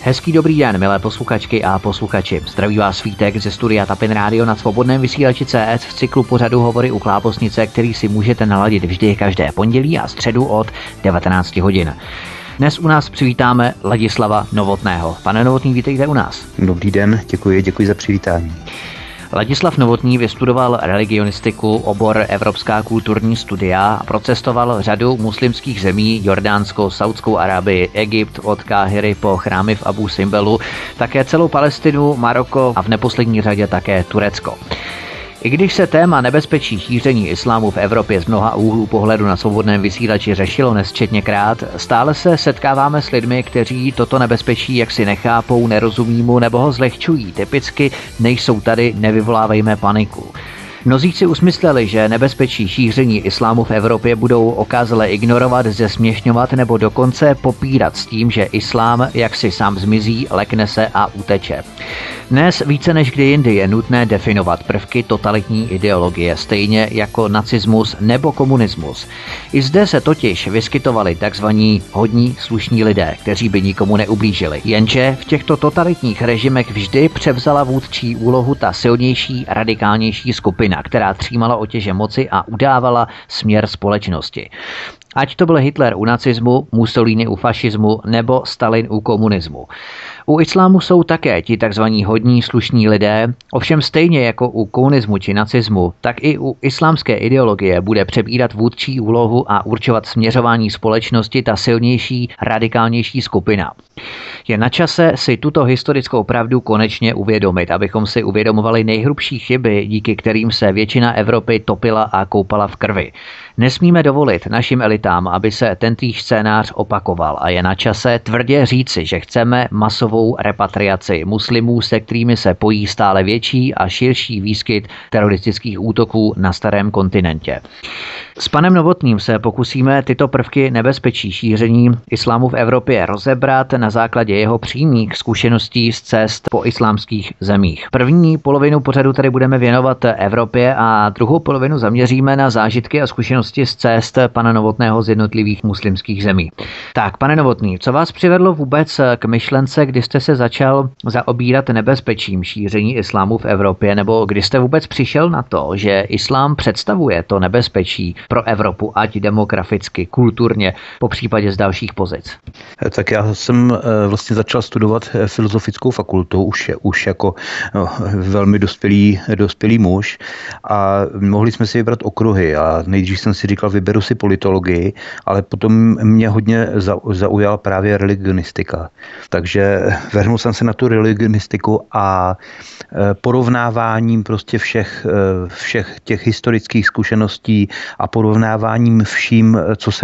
Hezký dobrý den, milé posluchačky a posluchači. Zdraví vás Vítek ze studia Tapin Radio na svobodném vysílači CS v cyklu pořadu Hovory u Klábosnice, který si můžete naladit vždy každé pondělí a středu od 19 hodin. Dnes u nás přivítáme Ladislava Novotného. Pane Novotný, vítejte u nás. Dobrý den, děkuji za přivítání. Ladislav Novotný vystudoval religionistiku, obor Evropská kulturní studia a procestoval řadu muslimských zemí, Jordánsko, Saudskou Arábii, Egypt, od Káhiry po chrámy v Abu Simbelu, také celou Palestinu, Maroko a v neposlední řadě také Turecko. I když se téma nebezpečí šíření islámu v Evropě z mnoha úhlů pohledu na svobodném vysílači řešilo nesčetněkrát, stále se setkáváme s lidmi, kteří toto nebezpečí jaksi nechápou, nerozumí mu nebo ho zlehčují. Typicky nejsou tady, nevyvolávejme paniku. Mnozí si usmysleli, že nebezpečí šíření islámu v Evropě budou okázale ignorovat, zesměšňovat nebo dokonce popírat s tím, že islám jaksi sám zmizí, lekne se a uteče. Dnes více než kdy jindy je nutné definovat prvky totalitní ideologie, stejně jako nacismus nebo komunismus. I zde se totiž vyskytovali takzvaní hodní slušní lidé, kteří by nikomu neublížili. Jenže v těchto totalitních režimech vždy převzala vůdčí úlohu ta silnější, radikálnější skupina, která třímala otěže moci a udávala směr společnosti. Ať to byl Hitler u nacismu, Mussolini u fašismu nebo Stalin u komunismu. U islámu jsou také ti takzvaní hodní slušní lidé, ovšem stejně jako u komunismu či nacismu, tak i u islámské ideologie bude přebírat vůdčí úlohu a určovat směřování společnosti ta silnější, radikálnější skupina. Je na čase si tuto historickou pravdu konečně uvědomit, abychom si uvědomovali nejhrubší chyby, díky kterým se většina Evropy topila a koupala v krvi. Nesmíme dovolit našim elitám, aby se tentýž scénář opakoval a je na čase tvrdě říci, že chceme masovou repatriaci muslimů, se kterými se pojí stále větší a širší výskyt teroristických útoků na starém kontinentě. S panem Novotným se pokusíme tyto prvky nebezpečí šíření islámu v Evropě rozebrat na základě jeho přímých zkušeností z cest po islámských zemích. První polovinu pořadu tady budeme věnovat Evropě a druhou polovinu zaměříme na zážitky a zkušenosti z cest pana Novotného z jednotlivých muslimských zemí. Tak, pane Novotný, co vás přivedlo vůbec k myšlence, kdy jste se začal zaobírat nebezpečím šíření islámu v Evropě, nebo kdy jste vůbec přišel na to, že islám představuje to nebezpečí pro Evropu, ať demograficky, kulturně, po případě z dalších pozic? Tak já jsem vlastně začal studovat filozofickou fakultu už jako velmi dospělý muž a mohli jsme si vybrat okruhy a nejdřív jsem si říkal, vyberu si politologii, ale potom mě hodně zaujala právě religionistika. Takže vrhnul jsem se na tu religionistiku a porovnáváním prostě všech těch historických zkušeností a porovnáváním vším,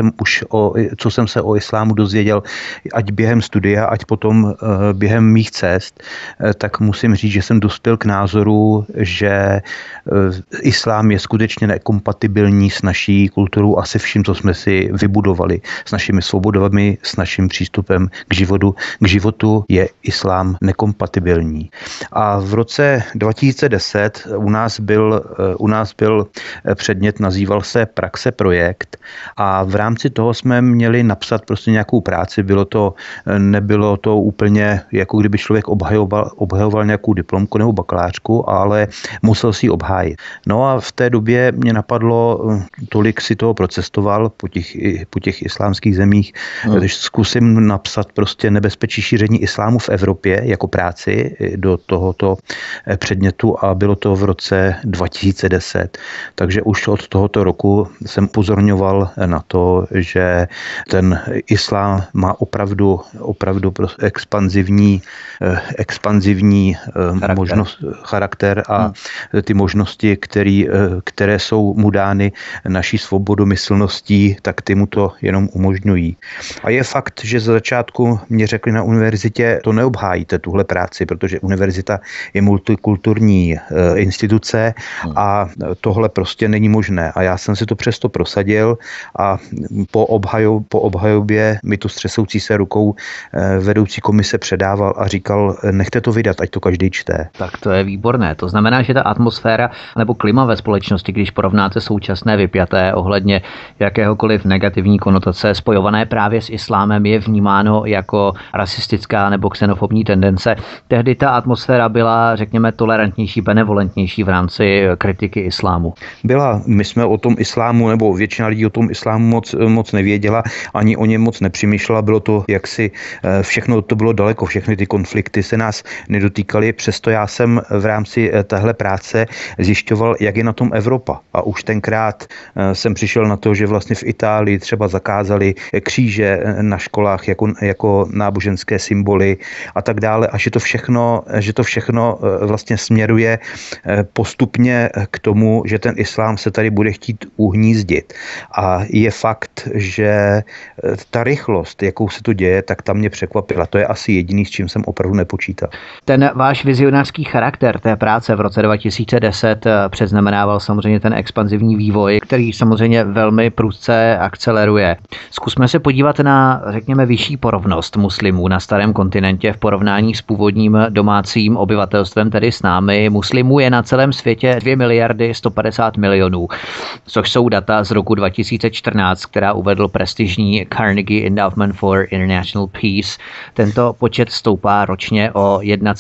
co jsem se o islámu dozvěděl, ať během studia, ať potom během mých cest, tak musím říct, že jsem dospěl k názoru, že islám je skutečně nekompatibilní s naší kulturou a se vším, co jsme si vybudovali, s našimi svobodami, s naším přístupem k životu je islám nekompatibilní. A v roce 2010 u nás byl předmět, nazýval se Praxe projekt a v rámci toho jsme měli napsat prostě nějakou práci. Nebylo to úplně, jako kdyby člověk obhajoval nějakou diplomku nebo bakalářku, ale musel si ji obhájit. No a v té době mě napadlo, tolik si toho procestoval po těch islámských zemích, když zkusím napsat prostě nebezpečí šíření islámu v Evropě jako práci do tohoto předmětu a bylo to v roce 2010. Takže už od tohoto roku jsem pozorňoval na to, že ten islám má opravdu expanzivní charakter a ty možnosti, které jsou mu dány naší svobodomyslností, tak ty mu to jenom umožňují. A je fakt, že za začátku mě řekli na univerzitě, to neobhájíte tuhle práci, protože univerzita je multikulturní instituce a tohle prostě není možné. A já jsem si to přesto prosadil a po obhajobě mi to střesoucí se rukou vedoucí komise předával a říkal, nechte to vydat, ať to každý čte. Tak to je výborné. To znamená, že ta atmosféra nebo klima ve společnosti, když porovnáte současné vypjaté ohledně jakéhokoliv jakákoliv negativní konotace spojované právě s islámem je vnímáno jako rasistická nebo xenofobní tendence. Tehdy ta atmosféra byla, řekněme, tolerantnější, benevolentnější v rámci kritiky islámu. Byla. My jsme o tom islámu, nebo většina lidí o tom islámu moc nevěděla, ani o něm moc nepřemýšlela. Bylo to jaksi, všechno to bylo daleko, všechny ty konflikty se nás nedotýkaly. Přesto já jsem v rámci téhle práce zjišťoval, jak je na tom Evropa. A už tenkrát jsem přišel na to, že vlastně v Itálii třeba zakázali kříže na školách jako náboženské symboly a tak dále. A že to všechno vlastně směruje postupně k tomu, že ten islám se tady bude chtít uhnízdit. A je fakt, že ta rychlost, jakou se to děje, tak ta mě překvapila. To je asi jediný, s čím jsem opravdu nepočítal. Ten váš vizionářský charakter té práce v roce 2010 předznamenával samozřejmě ten expanzivní vývoj, který samozřejmě velmi prudce akceleruje. Zkusme se podívat na, řekněme, vyšší porovnost muslimů na starém kontinentě v porovnání s původním domácím obyvatelstvem, tedy s námi. Muslimů je na celém světě 2 miliardy 150 milionů, což jsou data z roku 2014, která uvedl prestižní Carnegie Endowment for International Peace. Tento počet stoupá ročně o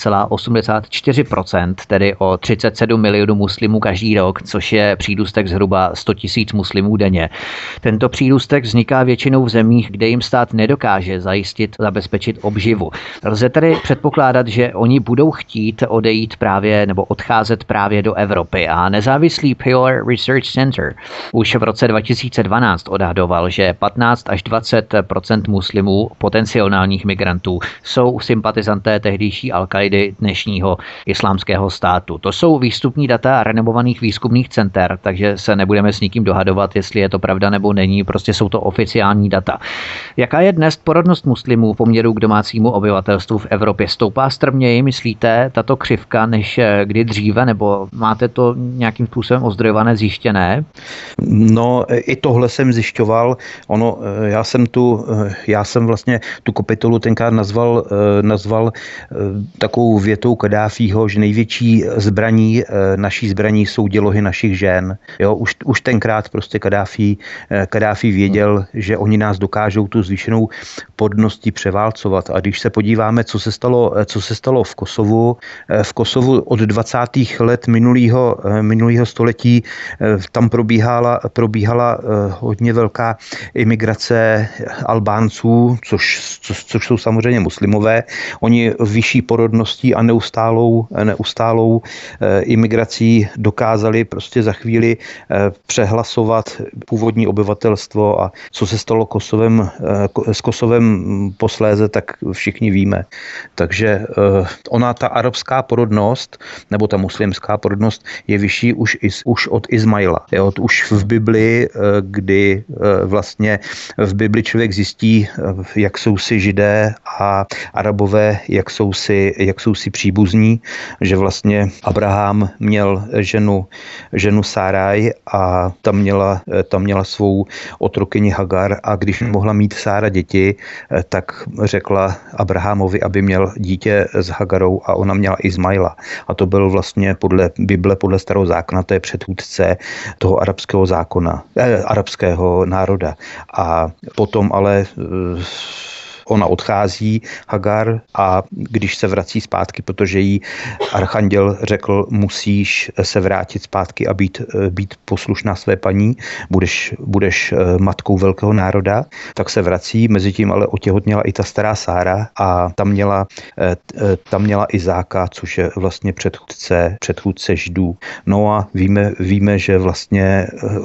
1,84%, tedy o 37 milionů muslimů každý rok, což je přírůstek zhruba 100 000 muslimů denně. Tento přírůstek vzniká většinou v zemích, kde jim stát nedokáže zabezpečit obživu. Lze tedy předpokládat, že oni budou chtít odejít právě nebo odcházet právě do Evropy a nezávislý Pew Research Center už v roce 2012 odhadoval, že 15 až 20% muslimů, potenciálních migrantů, jsou sympatizanté tehdejší Al-Kaidy, dnešního islámského státu. To jsou výstupní data renomovaných výzkumných center, takže se nebudeme s nikým dohadovat, jestli je to pravda nebo není, prostě jsou to oficiální data. Jaká je dnes porodnost muslimů v poměru k domácímu obyvatelstvu v Evropě? Stoupá strmněji, myslíte, tato křivka, než kdy dříve, nebo máte to nějakým způsobem ozdrojované, zjištěné? No, i tohle jsem zjišťoval. Já jsem vlastně tu kapitolu tenkrát nazval takovou větou Kaddáfího, že největší naší zbraní jsou dělohy našich žen. Jo, už tenkrát prostě Kaddáfí věděl, že oni nás dokážou tu zvýšenou podností převálcovat. A když se podíváme, co se stalo v Kosovu od 20. let minulého století, tam probíhala hodně velká imigrace Albánců, což jsou samozřejmě muslimové. Oni vyšší porodností a neustálou imigrací dokázali prostě za chvíli přehlasovat původní obyvatelstvo. A co se stalo s Kosovem posléze, tak všichni víme. Takže ta arabská porodnost nebo ta muslimská porodnost je vyšší už od Izmaila. Jo, už v Bibli, kdy vlastně v Bibli člověk zjistí, jak jsou si Židé a Arabové, jak jsou si příbuzní, že vlastně Abraham měl ženu Sáraj a tam měla svou otrokyni Hagar, a když mohla mít Sára děti, tak řekla Abrahamovi, aby měl dítě s Hagarou, a ona měla Izmaila. A to byl vlastně podle Bible, podle starého zákona, to je předchůdce toho arabského národa. A potom ale ona odchází, Hagar, a když se vrací zpátky, protože jí archanděl řekl, musíš se vrátit zpátky a být poslušná své paní, budeš matkou velkého národa, tak se vrací, mezitím ale otěhotněla i ta stará Sára a tam měla Izáka, což je vlastně předchůdce Židů. No a víme, že vlastně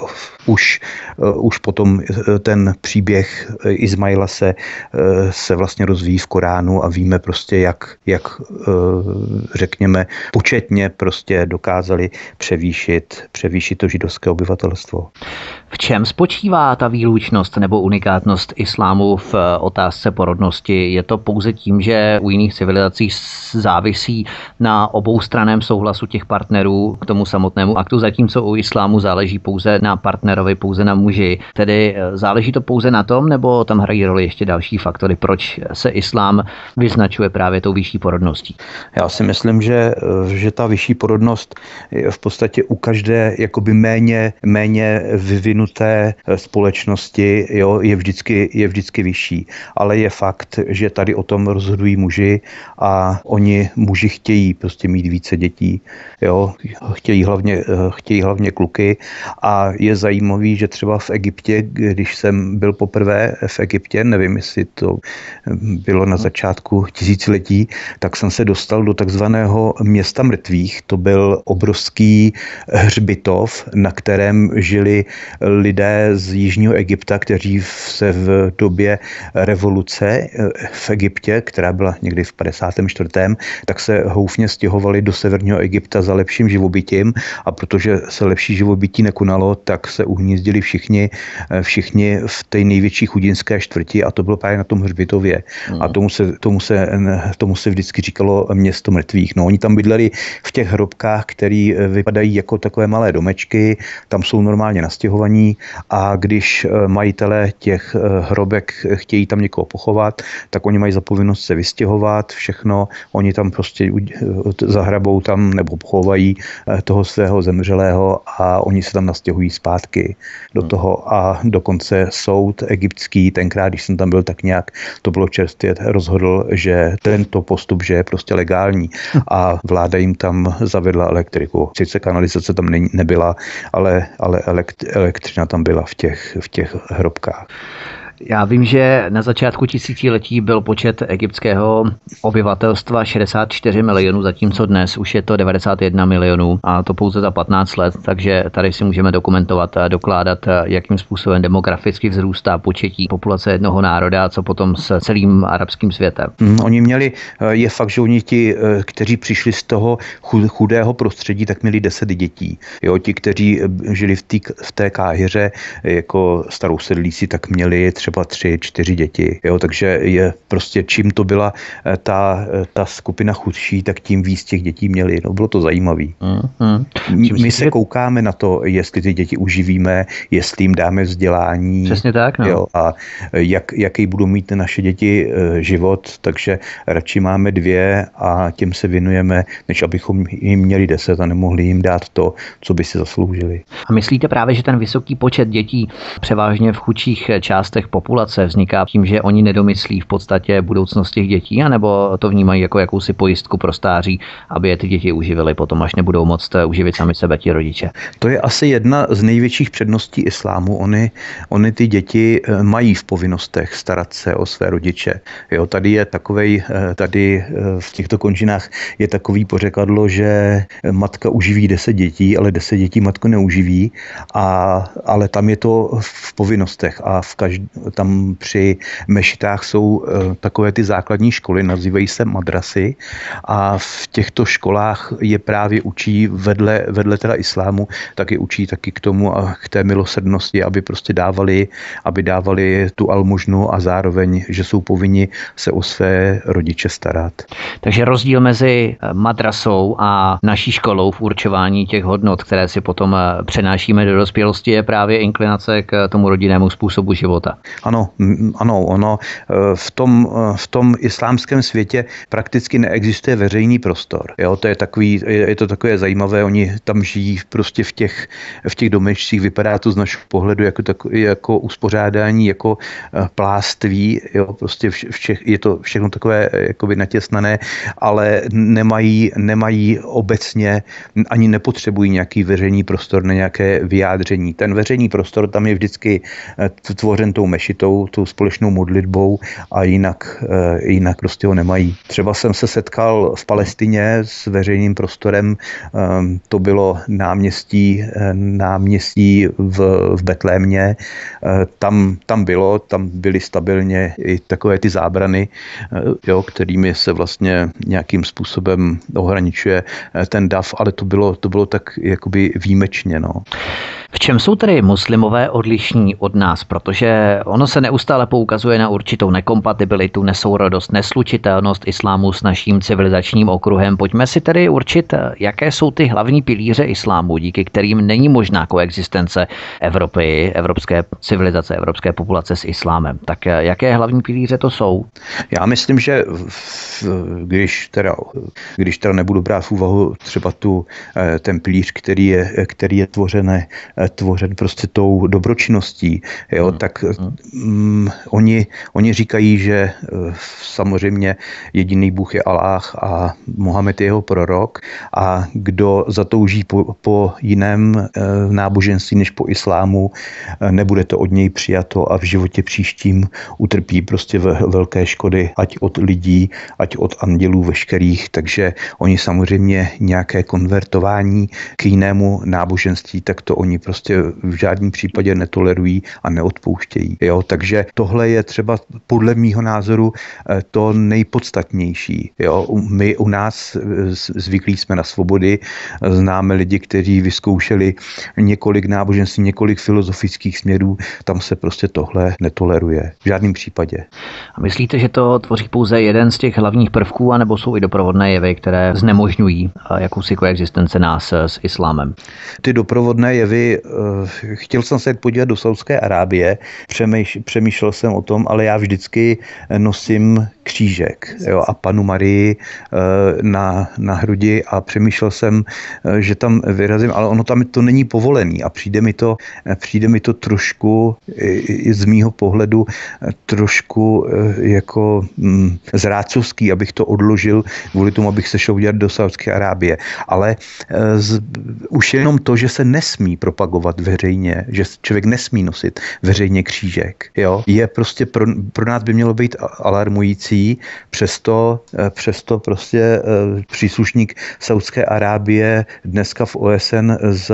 už potom ten příběh Izmaila se vlastně rozvíjí v Koránu a víme prostě, jak řekněme, početně prostě dokázali převýšit to židovské obyvatelstvo. V čem spočívá ta výlučnost nebo unikátnost islámu v otázce porodnosti? Je to pouze tím, že u jiných civilizací závisí na oboustraném souhlasu těch partnerů k tomu samotnému aktu, zatímco u islámu záleží pouze na partnerovi, pouze na muži. Tedy záleží to pouze na tom, nebo tam hrají roli ještě další faktory proč se islám vyznačuje právě tou vyšší porodností? Já si myslím, že ta vyšší porodnost je v podstatě u každé jakoby méně vyvinuté společnosti, jo, je vždycky vyšší. Ale je fakt, že tady o tom rozhodují muži a oni muži chtějí prostě mít více dětí, jo, chtějí hlavně kluky a je zajímavý, že třeba v Egyptě, když jsem byl poprvé v Egyptě, nevím, jestli to bylo na začátku tisíciletí, tak jsem se dostal do takzvaného města mrtvých. To byl obrovský hřbitov, na kterém žili lidé z jižního Egypta, kteří se v době revoluce v Egyptě, která byla někdy v 54., tak se houfně stěhovali do severního Egypta za lepším živobytím a protože se lepší živobytí nekonalo, tak se uhnízdili všichni v té největší chudinské čtvrti a to bylo právě na tom hřbitově. A tomu se vždycky říkalo město mrtvých. No, oni tam bydleli v těch hrobkách, které vypadají jako takové malé domečky, tam jsou normálně nastěhovaní a když majitelé těch hrobek chtějí tam někoho pochovat, tak oni mají za povinnost se vystěhovat, všechno, oni tam prostě zahrabou tam nebo pochovají toho svého zemřelého a oni se tam nastěhují zpátky do toho a dokonce soud egyptský, tenkrát, když jsem tam byl, tak nějak to bylo čerstvě, rozhodl, že tento postup, že je prostě legální a vláda jim tam zavedla elektriku. Sice kanalizace tam nebyla, ale elektřina tam byla v těch hrobkách. Já vím, že na začátku tisíciletí byl počet egyptského obyvatelstva 64 milionů, zatímco dnes už je to 91 milionů a to pouze za 15 let, takže tady si můžeme dokumentovat a dokládat, jakým způsobem demograficky vzrůstá početí populace jednoho národa a co potom s celým arabským světem. Oni měli, je fakt, že oni ti, kteří přišli z toho chudého prostředí, tak měli 10 dětí. Jo, ti, kteří žili v té Káhiře jako starou sedlíci, tak měli třeba 3-4 děti. Jo, takže je prostě, čím to byla ta skupina chudší, tak tím víc těch dětí měli. No, bylo to zajímavý. My se koukáme na to, jestli ty děti uživíme, jestli jim dáme vzdělání. Přesně tak, no. Jo, a jaký budou mít naše děti život, takže radši máme 2 a těm se věnujeme, než abychom jim měli 10 a nemohli jim dát to, co by si zasloužili. A myslíte právě, že ten vysoký počet dětí převážně v chudších částech populace vzniká tím, že oni nedomyslí v podstatě budoucnost těch dětí, anebo to vnímají jako jakousi pojistku pro stáří, aby je ty děti uživily potom, až nebudou moct uživit sami sebe ti rodiče? To je asi jedna z největších předností islámu. Oni ty děti mají v povinnostech starat se o své rodiče. Jo, tady v těchto končinách je takový pořekadlo, že matka uživí 10 dětí, ale 10 dětí matku neuživí, ale tam je to v povinnostech a tam při mešitách jsou takové ty základní školy, nazývají se madrasy a v těchto školách je právě učí vedle teda islámu, tak je učí taky k tomu a k té milosrdnosti, aby prostě dávali tu almužnu a zároveň, že jsou povinni se o své rodiče starat. Takže rozdíl mezi madrasou a naší školou v určování těch hodnot, které si potom přenášíme do dospělosti, je právě inklinace k tomu rodinnému způsobu života. Ano, ono v tom islámském světě prakticky neexistuje veřejný prostor. Jo, je to takové zajímavé, oni tam žijí prostě v těch domečcích, vypadá to z našeho pohledu jako uspořádání, jako pláství, jo, prostě je to všechno takové jakoby natěsnané, ale nemají obecně, ani nepotřebují nějaký veřejný prostor na nějaké vyjádření. Ten veřejný prostor tam je vždycky tvořen tou mešitou, tou společnou modlitbou a jinak prostě ho nemají. Třeba jsem se setkal v Palestině s veřejným prostorem, to bylo náměstí v Betlémě, tam byly stabilně i takové ty zábrany, jo, kterými se vlastně nějakým způsobem ohraničuje ten dav, ale to bylo tak jakoby výjimečně. No. V čem jsou tedy muslimové odlišní od nás? Protože Ono se neustále poukazuje na určitou nekompatibilitu, nesourodost, neslučitelnost islámu s naším civilizačním okruhem. Pojďme si tedy určit, jaké jsou ty hlavní pilíře islámu, díky kterým není možná koexistence Evropy, evropské civilizace, evropské populace s islámem. Tak jaké hlavní pilíře to jsou? Já myslím, že když teda nebudu brát v úvahu třeba ten pilíř, který je tvořen prostě tou dobročinností, jo, tak oni říkají, že samozřejmě jediný Bůh je Aláh a Mohamed je jeho prorok, a kdo zatouží po jiném náboženství než po islámu, nebude to od něj přijato a v životě příštím utrpí prostě velké škody, ať od lidí, ať od andělů veškerých. Takže oni samozřejmě nějaké konvertování k jinému náboženství, tak to oni prostě v žádném případě netolerují a neodpouštějí. Jo? Takže tohle je třeba podle mýho názoru to nejpodstatnější. Jo? My u nás zvyklí jsme na svobody, známe lidi, kteří vyzkoušeli několik náboženství, několik filozofických směrů, tam se prostě tohle netoleruje. V žádném případě. A myslíte, že to tvoří pouze jeden z těch hlavních prvků, anebo jsou i doprovodné jevy, které znemožňují jakousi koexistenci nás s islámem? Ty doprovodné jevy, chtěl jsem se podívat do Saúdské Arábie, přemýšlel jsem o tom, ale já vždycky nosím křížek, jo, a Panu Marii na hrudi, a přemýšlel jsem, že tam vyrazím, ale ono tam to není povolený a přijde mi to trošku z mýho pohledu trošku jako zrádcovský, abych to odložil kvůli tomu, abych se šel udělat do Saúdské Arábie. Ale už jenom to, že se nesmí propagovat veřejně, že člověk nesmí nosit veřejně křížek, jo, je prostě pro nás by mělo být alarmující, přesto prostě příslušník Saúdské Arábie dneska v OSN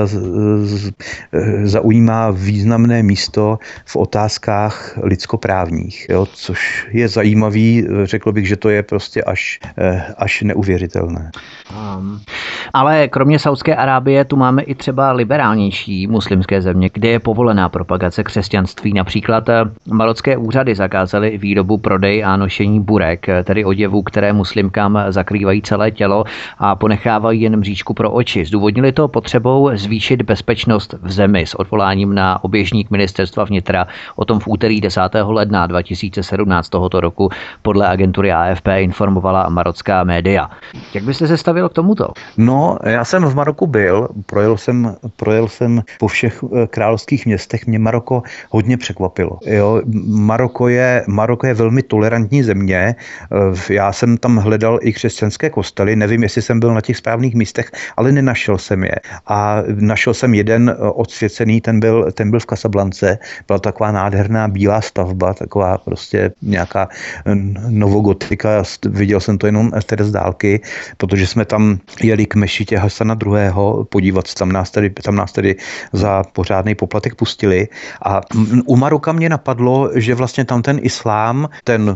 zaujímá významné místo v otázkách lidskoprávních, jo, což je zajímavý, řekl bych, že to je prostě až neuvěřitelné. Ale kromě Saúdské Arábie tu máme i třeba liberálnější muslimské země, kde je povolená propagace křesťanství. Například marocké úřady zakázaly výrobu, prodej a nošení burek, tedy oděvů, které muslimkám zakrývají celé tělo a ponechávají jen mřížku pro oči. Zdůvodnili to potřebou zvýšit bezpečnost v zemi s odvoláním na oběžník ministerstva vnitra. O tom v úterý 10. ledna 2017 tohoto roku podle agentury AFP informovala marocká média. Jak byste se stavil k tomuto? No, já jsem v Maroku byl, projel jsem po všech královských městech, mě Maroko hodně překvapilo. Jo, Maroko je velmi tolerantní země, já jsem tam hledal i křesťanské kostely, nevím, jestli jsem byl na těch správných místech, ale nenašel jsem je. A našel jsem jeden odsvěcený, ten byl v Casablance, byla taková nádherná bílá stavba, taková prostě nějaká novogotika, viděl jsem to jenom z dálky, protože jsme tam jeli k mešitě Hasana II. Podívat se, tam nás tedy za pořádný poplatek pustili. A u Maroka mě napadlo, že vlastně tam ten islám,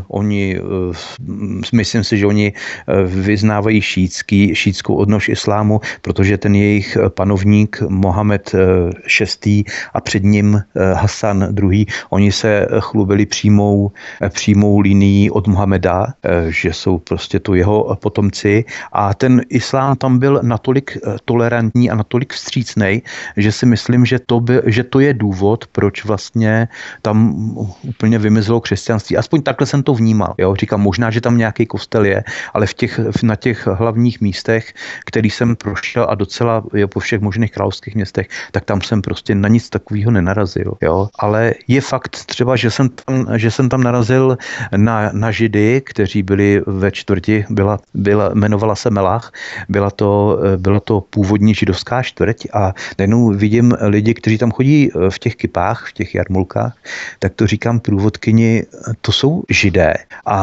myslím si, že oni vyznávají šítskou odnož islámu, protože ten jejich panovník Mohamed VI. A před ním Hasan II. Oni se chlubili přímou linií od Mohameda, že jsou prostě to jeho potomci, a ten islám tam byl natolik tolerantní a natolik vstřícnej, že si myslím, že to je důvod, proč vlastně tam úplně vymizelo křesťanství. Aspoň takhle jsem to vnímal. Jo? Říkám, možná, že tam nějaký kostel je, ale na těch hlavních místech, který jsem prošel a docela po všech možných královských městech, tak tam jsem prostě na nic takového nenarazil. Jo? Ale je fakt třeba, že jsem tam narazil na Židy, kteří byli ve čtvrti, jmenovala se Melach, byla to původní židovská čtvrť, a najednou vidím lidi, kteří tam chodí v těch kipách, v těch jarmulkách, tak to říkám průvodkyni, to jsou Židé. A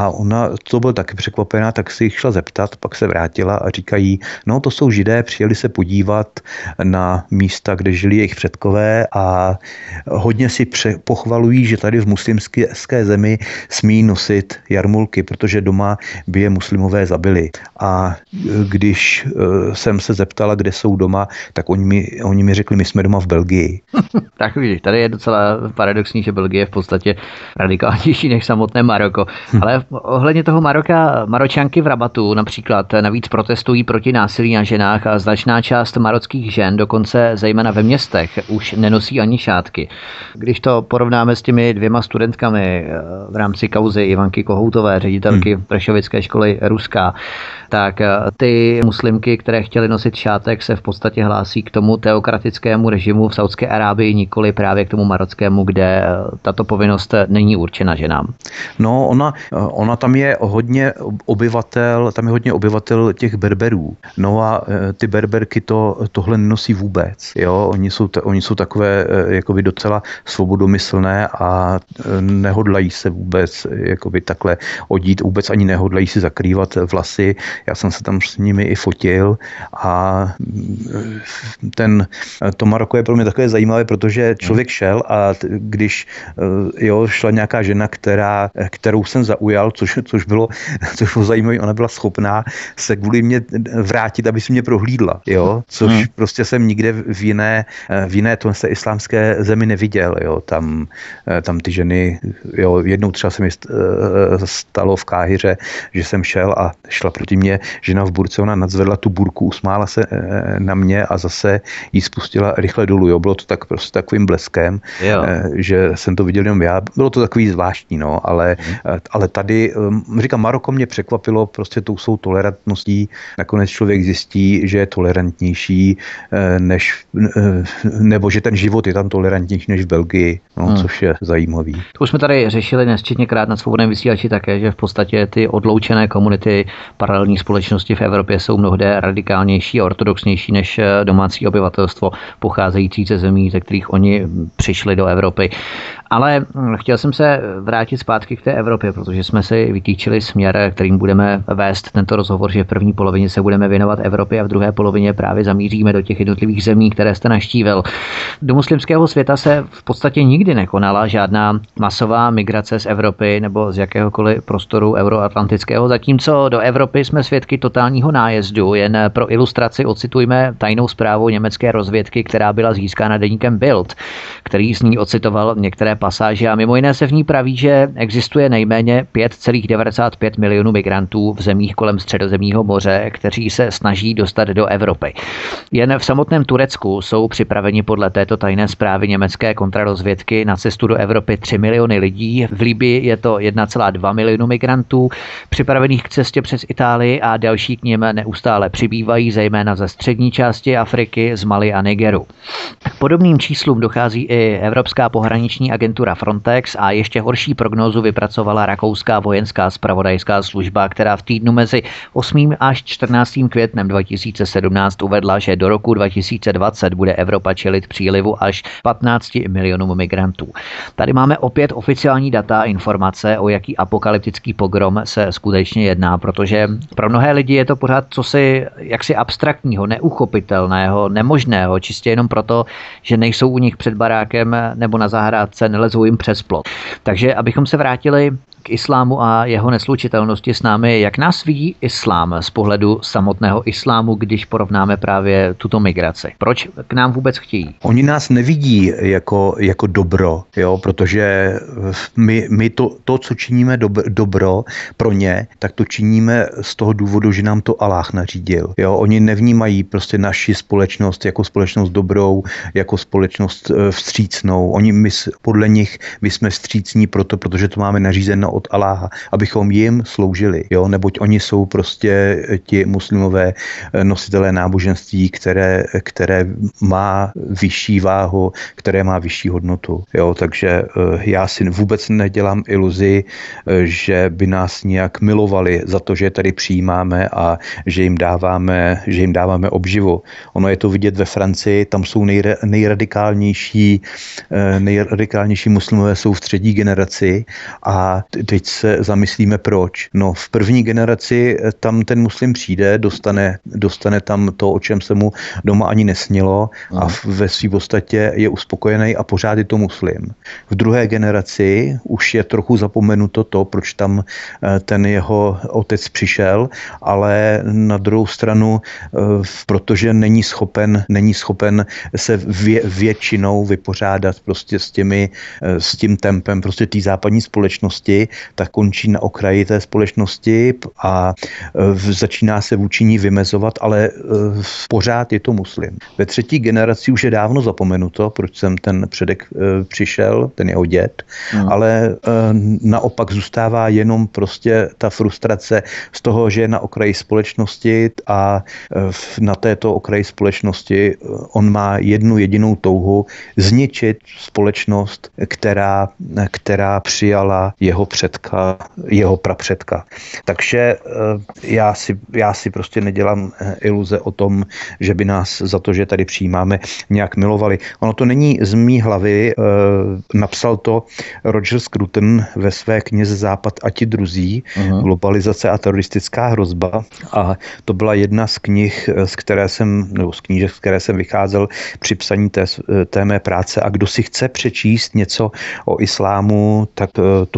A ona to byla taky překvapená, tak se jich šla zeptat, pak se vrátila a říkají, no to jsou Židé, přijeli se podívat na místa, kde žili jejich předkové a hodně si pochvalují, že tady v muslimské zemi smí nosit jarmulky, protože doma by je muslimové zabili. A když jsem se zeptala, kde jsou doma, tak oni mi řekli, my jsme doma v Belgii. Tak vidíš, tady je docela paradoxní, že Belgie je v podstatě radikálnější než samotné Maroko. Ale ohledně toho Maroka, Maročanky v Rabatu například navíc protestují proti násilí na ženách a značná část marockých žen, dokonce zejména ve městech, už nenosí ani šátky. Když to porovnáme s těmi 2 studentkami v rámci kauzy Ivanky Kohoutové, ředitelky Prešovické školy Ruská, tak ty muslimky, které chtěly nosit šátek, se v podstatě hlásí k tomu teokratickému režimu v Saudské Arábii, nikoli právě k tomu marockému, kde tato povinnost není určena ženám. No, ona tam je hodně obyvatel těch Berberů. No a ty Berberky tohle nenosí vůbec. Jo? Oni jsou takové jakoby docela svobodomyslné a nehodlají se vůbec jakoby takhle odít, vůbec ani nehodlají si zakrývat vlasy. Já jsem se tam s nimi i fotil a to Maroko je pro mě takové zajímavé, protože člověk šel a když šla nějaká žena, kterou jsem zaujal, což bylo zajímavé, ona byla schopná se kvůli mě vrátit, aby si mě prohlídla, jo, což prostě jsem nikde v jiné se islámské zemi neviděl, jo, tam ty ženy, jo, jednou třeba se mi stalo v Káhiře, že jsem šel a šla proti mě žena v burce, ona nadzvedla tu burku, usmála se na mě a zase jí spustila rychle dolů, jo, bylo to tak prostě takovým bleskem, že jsem to viděl jenom já, bylo to takový zvláštní, no, ale tady, říkám, Maroko mě překvapilo prostě tou svou tolerantností, nakonec člověk zjistí, že je tolerantnější nebo že ten život je tam tolerantnější než v Belgii, no, což je zajímavý. To už jsme tady řešili nesčetněkrát na Svobodném vysílači také, že v podstatě ty odloučené komunity paralelní společnosti v Evropě jsou mnohde radikálnější a ortodoxnější než domácí obyvatelstvo pocházející ze zemí, ze kterých oni přišli do Evropy. Ale chtěl jsem se vrátit zpátky k té Evropě, protože jsme si vytýčili směr, kterým budeme vést tento rozhovor, že v první polovině se budeme věnovat Evropě a v druhé polovině právě zamíříme do těch jednotlivých zemí, které jste navštívil. Do muslimského světa se v podstatě nikdy nekonala žádná masová migrace z Evropy nebo z jakéhokoliv prostoru euroatlantického, zatímco do Evropy jsme svědky totálního nájezdu. Jen pro ilustraci ocitujme tajnou zprávu německé rozvědky, která byla získána deníkem Bild, který z ní ocitoval některé pasáže a mimo jiné se v ní praví, že existuje nejméně 5,95 milionů migrantů v zemích kolem Středozemního moře, kteří se snaží dostat do Evropy. Jen v samotném Turecku jsou připraveni podle této tajné zprávy německé kontrarozvědky na cestu do Evropy 3 miliony lidí. V Libyi je to 1,2 milionu migrantů připravených k cestě přes Itálii a další k nim neustále přibývají, zejména ze střední části Afriky, z Mali a Nigeru. K podobným číslům dochází i Evropská pohraniční agentura Frontex a ještě horší prognózu vypracovala rakouská vojenská zpravodajská služba, která v týdnu mezi 8. až 14. květnem 2017 uvedla, že do roku 2020 bude Evropa čelit přílivu až 15 milionům migrantů. Tady máme opět oficiální data a informace, o jaký apokalyptický pogrom se skutečně jedná, protože pro mnohé lidi je to pořád cosi jaksi abstraktního, neuchopitelného, nemožného, čistě jenom proto, že nejsou u nich před barákem nebo na zahrádce, nelezou jim přes plot. Takže abychom se vrátili k islámu a jeho neslučitelnosti s námi, jak nás vidí islám z pohledu samotného islámu, když porovnáme právě tuto migraci? Proč k nám vůbec chtějí? Oni nás nevidí jako dobro, jo, protože my to, co činíme dobro pro ně, tak to činíme z toho důvodu, že nám to Aláh nařídil. Jo, oni nevnímají prostě naši společnost jako společnost dobrou, jako společnost vstřícnou. Podle nich my jsme vstřícní protože to máme nařízeno od Aláha, abychom jim sloužili, jo, neboť oni jsou prostě ti muslimové nositelé náboženství, které má vyšší váhu, které má vyšší hodnotu, jo, takže já si vůbec nedělám iluzi, že by nás nějak milovali za to, že je tady přijímáme a že jim dáváme obživu. Ono je to vidět ve Francii, tam jsou nejradikálnější muslimové jsou v 3. generaci a teď se zamyslíme proč. No v první generaci tam ten muslim přijde, dostane tam to, o čem se mu doma ani nesnilo a ve své podstatě je uspokojený a pořád je to muslim. V druhé generaci už je trochu zapomenuto to, proč tam ten jeho otec přišel, ale na druhou stranu, protože není schopen se většinou vypořádat prostě s tím tempem prostě té západní společnosti, tak končí na okraji té společnosti a začíná se vůči ní vymezovat, ale pořád je to muslim. Ve třetí generaci už je dávno zapomenuto, proč jsem ten předek přišel, ten jeho děd, ale naopak zůstává jenom prostě ta frustrace z toho, že je na okraji společnosti a na této okraji společnosti on má jednu jedinou touhu zničit společnost, která přijala jeho prapředka. Takže já si prostě nedělám iluze o tom, že by nás za to, že tady přijímáme, nějak milovali. Ono to není z mý hlavy, napsal to Roger Scruton ve své knize Západ a ti druzí, globalizace a teroristická hrozba, a to byla jedna z knih, z knížek, z které jsem vycházel při psaní té mé práce, a kdo si chce přečíst něco o islámu, tak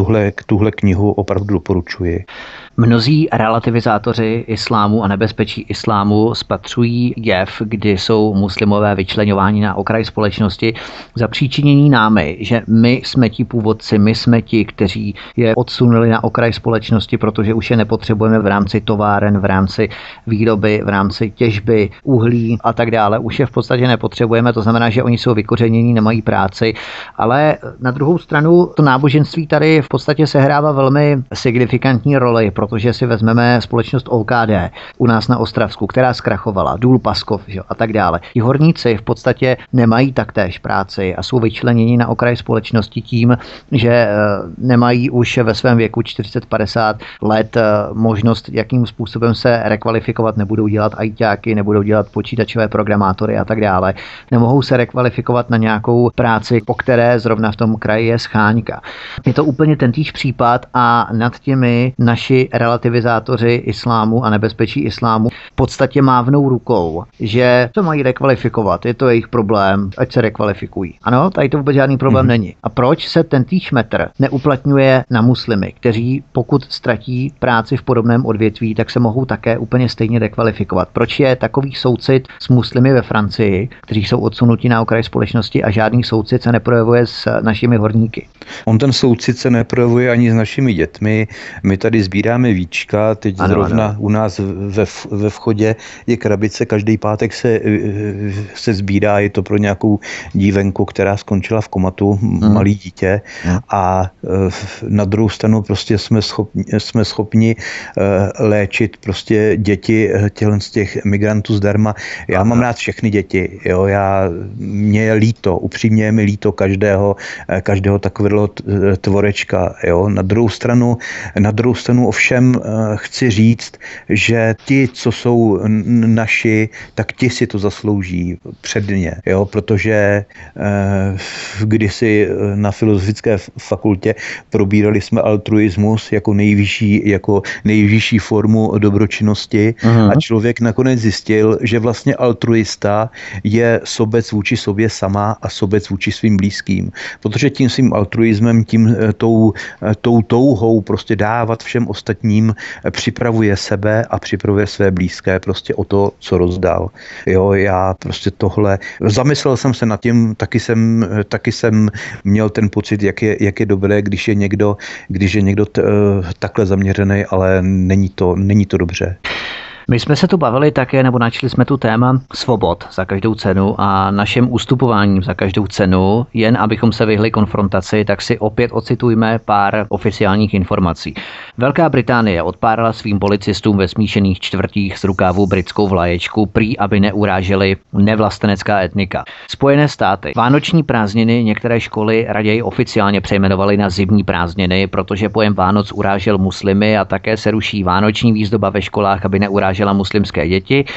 tuhle knihu opravdu doporučuji. Mnozí relativizátoři islámu a nebezpečí islámu spatřují jev, kdy jsou muslimové vyčleňováni na okraj společnosti zapříčinění námi, že my jsme ti původci, my jsme ti, kteří je odsunuli na okraj společnosti, protože už je nepotřebujeme v rámci továren, v rámci výroby, v rámci těžby uhlí a tak dále. Už je v podstatě nepotřebujeme, to znamená, že oni jsou vykořenění, nemají práci, ale na druhou stranu to náboženství tady v podstatě sehrává velmi signifikantní roli, protože si vezmeme společnost OKD u nás na Ostravsku, která zkrachovala, důl Paskov, a tak dále. Ti horníci v podstatě nemají taktéž práci a jsou vyčleněni na okraj společnosti tím, že nemají už ve svém věku 40-50 let možnost, jakým způsobem se rekvalifikovat, nebudou dělat ajťáky, nebudou dělat počítačové programátory a tak dále. Nemohou se rekvalifikovat na nějakou práci, po které zrovna v tom kraji je scháňka. Je to úplně tentýž případ a nad těmi naši relativizátoři islámu a nebezpečí islámu v podstatě mávnou rukou, že to mají rekvalifikovat, je to jejich problém, ať se rekvalifikují. Ano, tady to vůbec žádný problém není. A proč se ten týž metr neuplatňuje na muslimy, kteří pokud ztratí práci v podobném odvětví, tak se mohou také úplně stejně rekvalifikovat? Proč je takový soucit s muslimy ve Francii, kteří jsou odsunuti na okraj společnosti, a žádný soucit se neprojevuje s našimi horníky? On ten soucit se neprojevuje ani s našimi dětmi. My tady sbíráme víčka, teď zrovna u nás ve vchodě je krabice, každý pátek se sbírá, je to pro nějakou dívenku, která skončila v komatu, malý dítě, a na druhou stranu prostě jsme schopni léčit prostě děti z těch migrantů zdarma. Já mám rád všechny děti, jo, mě je líto, upřímně je mi líto každého takového tvorečka, jo. Na druhou stranu ovšem chci říct, že ti, co jsou naši, tak ti si to zaslouží předně, jo, protože kdysi na filozofické fakultě probírali jsme altruismus jako nejvyšší formu dobročinnosti a člověk nakonec zjistil, že vlastně altruista je sobec vůči sobě sama a sobec vůči svým blízkým, protože tím svým altruismem, tou touhou prostě dávat všem ostatním připravuje sebe a připravuje své blízké prostě o to, co rozdal. Jo, já prostě tohle, zamyslel jsem se nad tím, taky jsem měl ten pocit, jak je dobré, když je někdo takhle zaměřený, ale není to dobře. My jsme se tu bavili také, nebo načali jsme tu téma svobod za každou cenu a našem ustupováním za každou cenu, jen abychom se vyhli konfrontaci, tak si opět ocitujme pár oficiálních informací. Velká Británie odpárala svým policistům ve smíšených čtvrtích z rukávu britskou vlaječku, prý aby neuráželi nevlastenecká etnika. Spojené státy vánoční prázdniny některé školy raději oficiálně přejmenovaly na zimní prázdniny, protože pojem Vánoc urážel muslimy a také se ruší vánoční výzdoba ve školách, aby neurážela muslimské děti.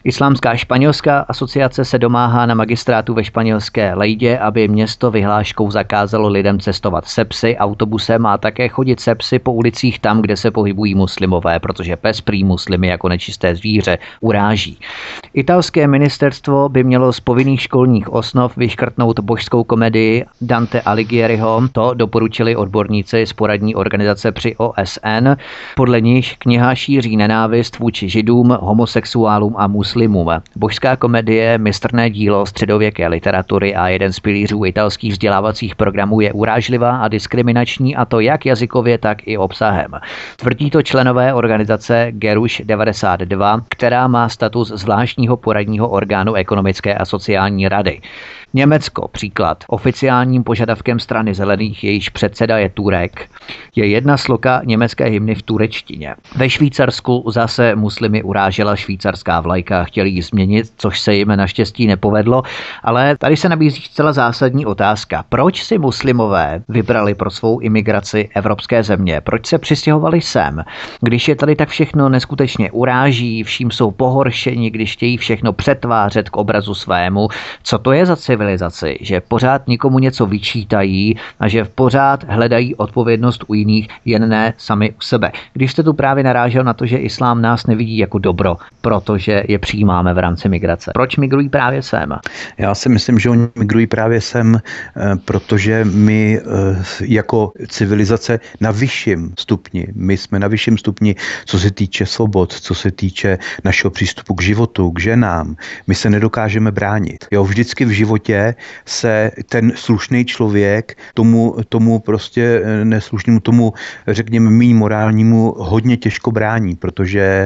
Islámská španělská asociace se domáhá na magistrátu ve španělské Lejdě, aby město vyhláškou zakázalo lidem cestovat se psy, autobusem a také chodit se psy po ulicích tam, kde se pohybují muslimové, protože pes prý muslimy jako nečisté zvíře uráží. Italské ministerstvo by mělo z povinných školních osnov vyškrtnout božskou komedii Dante Alighieriho. To doporučili odborníci z poradní organizace při OSN. Podle nich kniha šíří nenávist vůči židům, homosexuálům a muslimům. Božská komedie, mistrné dílo středověké literatury a jeden z pilířů italských vzdělávacích programů, je urážlivá a diskriminační, a to jak jazykově, tak i obsahem. Tvrdí to členové organizace Geruš 92, která má status zvláštního poradního orgánu ekonomické a sociální rady. Německo, příklad. Oficiálním požadavkem strany zelených, jejíž předseda je Turek, je jedna sloka německé hymny v turečtině. Ve Švýcarsku zase muslimy urážela švýcarská vlajka, chtěli ji změnit, což se jim naštěstí nepovedlo, ale tady se nabízí zcela zásadní otázka. Proč si muslimové vybrali pro svou imigraci evropské země? Proč se přistěhovali sem? Když je tady tak všechno neskutečně uráží, vším jsou pohoršeni, když chtějí všechno přetvářet k obrazu svému, co to je za civilizaci, že pořád nikomu něco vyčítají a že pořád hledají odpovědnost u jiných, jen ne sami u sebe. Když jste tu právě narážel na to, že islám nás nevidí jako dobro, protože je přijímáme v rámci migrace. Proč migrují právě sem? Já si myslím, že oni migrují právě sem, protože my jako civilizace na vyšším stupni, my jsme na vyšším stupni, co se týče svobod, co se týče našeho přístupu k životu, k ženám. My se nedokážeme bránit. Jo, vždycky v životě se ten slušný člověk tomu prostě neslušnému, tomu řekněme méně morálnímu hodně těžko brání, protože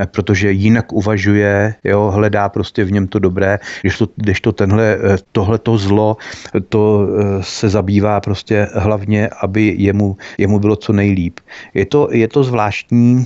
jinak uvažuje, jo, hledá prostě v něm to dobré, když tohleto zlo, to se zabývá prostě hlavně, aby jemu bylo co nejlíp. Je to zvláštní.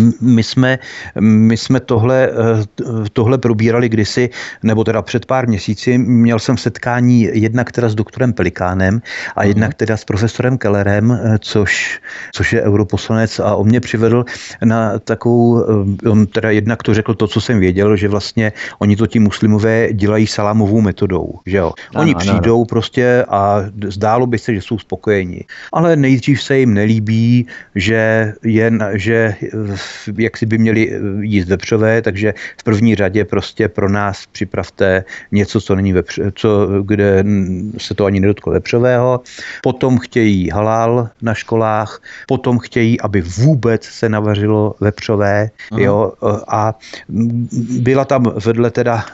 My jsme tohle probírali kdysi, nebo teda před pár měsíci. Měl jsem setkání jednak teda s doktorem Pelikánem a jednak teda s profesorem Kellerem, což je europoslanec, a on mě přivedl na takovou, on teda jednak to řekl to, co jsem věděl, že vlastně oni to ti muslimové dělají salámovou metodou, že jo. Oni přijdou prostě a zdálo by se, že jsou spokojeni. Ale nejdřív se jim nelíbí, že jak si by měli jíst vepřové, takže v první řadě prostě pro nás připravte něco, co není kde se to ani nedotklo vepřového. Potom chtějí halál na školách, potom chtějí, aby vůbec se navařilo vepřové, jo, a byla tam vedle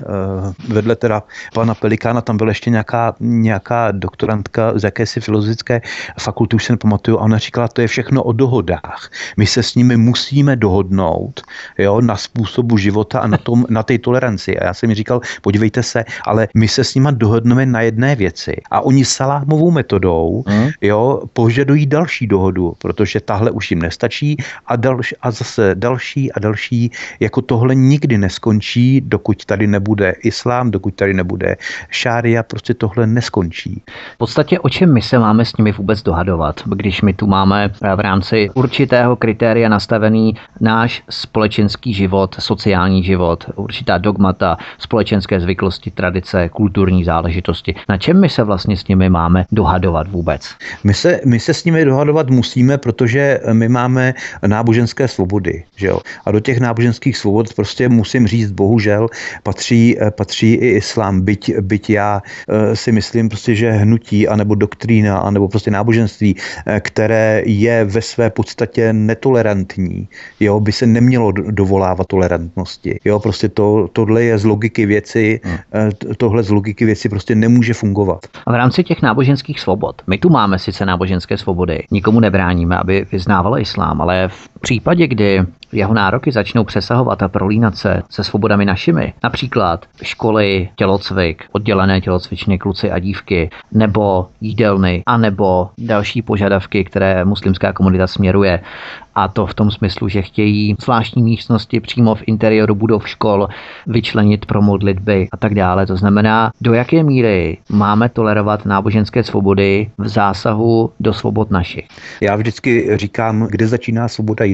teda pana Pelikána, tam byla ještě nějaká doktorantka z jakési filozofické fakulty, už se nepamatuju, a ona říkala, to je všechno o dohodách. My se s nimi musíme dohodnout, jo, na způsobu života a na té toleranci. A já jsem mi říkal, podívejte se, ale my se s nima dohodneme na jedné věci. A oni salámovou metodou, jo, požadují další dohodu, protože tahle už jim nestačí a zase další a další. Jako tohle nikdy neskončí, dokud tady nebude islám, dokud tady nebude šária, prostě tohle neskončí. V podstatě o čem my se máme s nimi vůbec dohadovat, když my tu máme v rámci určitého kritéria nastavený náš společenský život, sociální život, určitá dogmata, společenské zvyklosti, tradice, kulturní záležitosti. Na čem my se vlastně s nimi máme dohadovat vůbec? My se s nimi dohadovat musíme, protože my máme náboženské svobody, že jo? A do těch náboženských svobod prostě musím říct, bohužel patří i islám, byť já si myslím prostě, že hnutí anebo doktrína anebo prostě náboženství, které je ve své podstatě netolerantní, jo, by se nemělo dovolávat tolerantnosti. Jo, prostě tohle je z logiky věci, tohle z logiky věci prostě nemůže fungovat. A v rámci těch náboženských svobod, my tu máme sice náboženské svobody, nikomu nebráníme, aby vyznával islám, ale v případě, kdy jeho nároky začnou přesahovat a prolínat se svobodami našimi, například školy, tělocvik, oddělené tělocvičny, kluci a dívky, nebo jídelny, anebo další požadavky, které muslimská komunita směruje, a to v tom smyslu, že chtějí zvláštní místnosti přímo v interiéru budov škol vyčlenit pro modlitby a tak dále. To znamená, do jaké míry máme tolerovat náboženské svobody v zásahu do svobod našich. Já vždycky říkám, kde začíná svoboda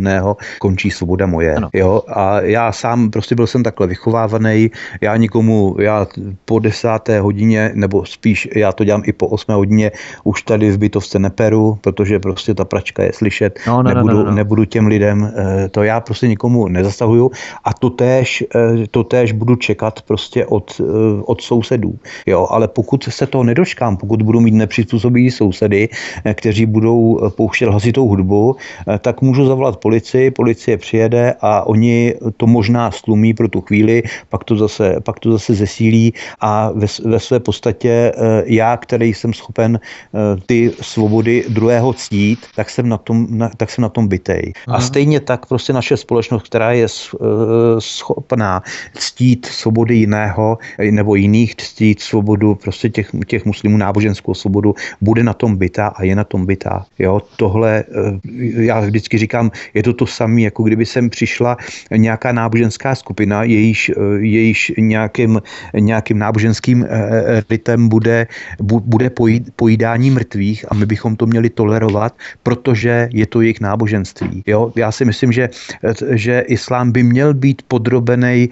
jiného, končí svoboda moje. Jo? A já sám prostě byl jsem takhle vychovávaný, já po 10. hodině, nebo spíš já to dělám i po 8. hodině, už tady v bytovce neperu, protože prostě ta pračka je slyšet, nebudu těm lidem, to já prostě nikomu nezasahuju a to též budu čekat prostě od sousedů. Jo? Ale pokud se toho nedočkám, pokud budu mít nepřizpůsobiví sousedy, kteří budou pouštět hlasitou hudbu, tak můžu zavolat policii, policie přijede a oni to možná stlumí pro tu chvíli, pak to zase zesílí a ve své podstatě já, který jsem schopen ty svobody druhého ctít, tak jsem na tom bitej. A stejně tak prostě naše společnost, která je schopná ctít svobody jiného nebo jiných, ctít svobodu prostě těch muslimů, náboženskou svobodu, bude na tom bitá a je na tom bitá. Jo, tohle, já vždycky říkám, je to samé, jako kdyby sem přišla nějaká náboženská skupina, jejíž nějakým náboženským ritem bude pojídání mrtvých a my bychom to měli tolerovat, protože je to jejich náboženství. Jo? Já si myslím, že islám by měl být podrobený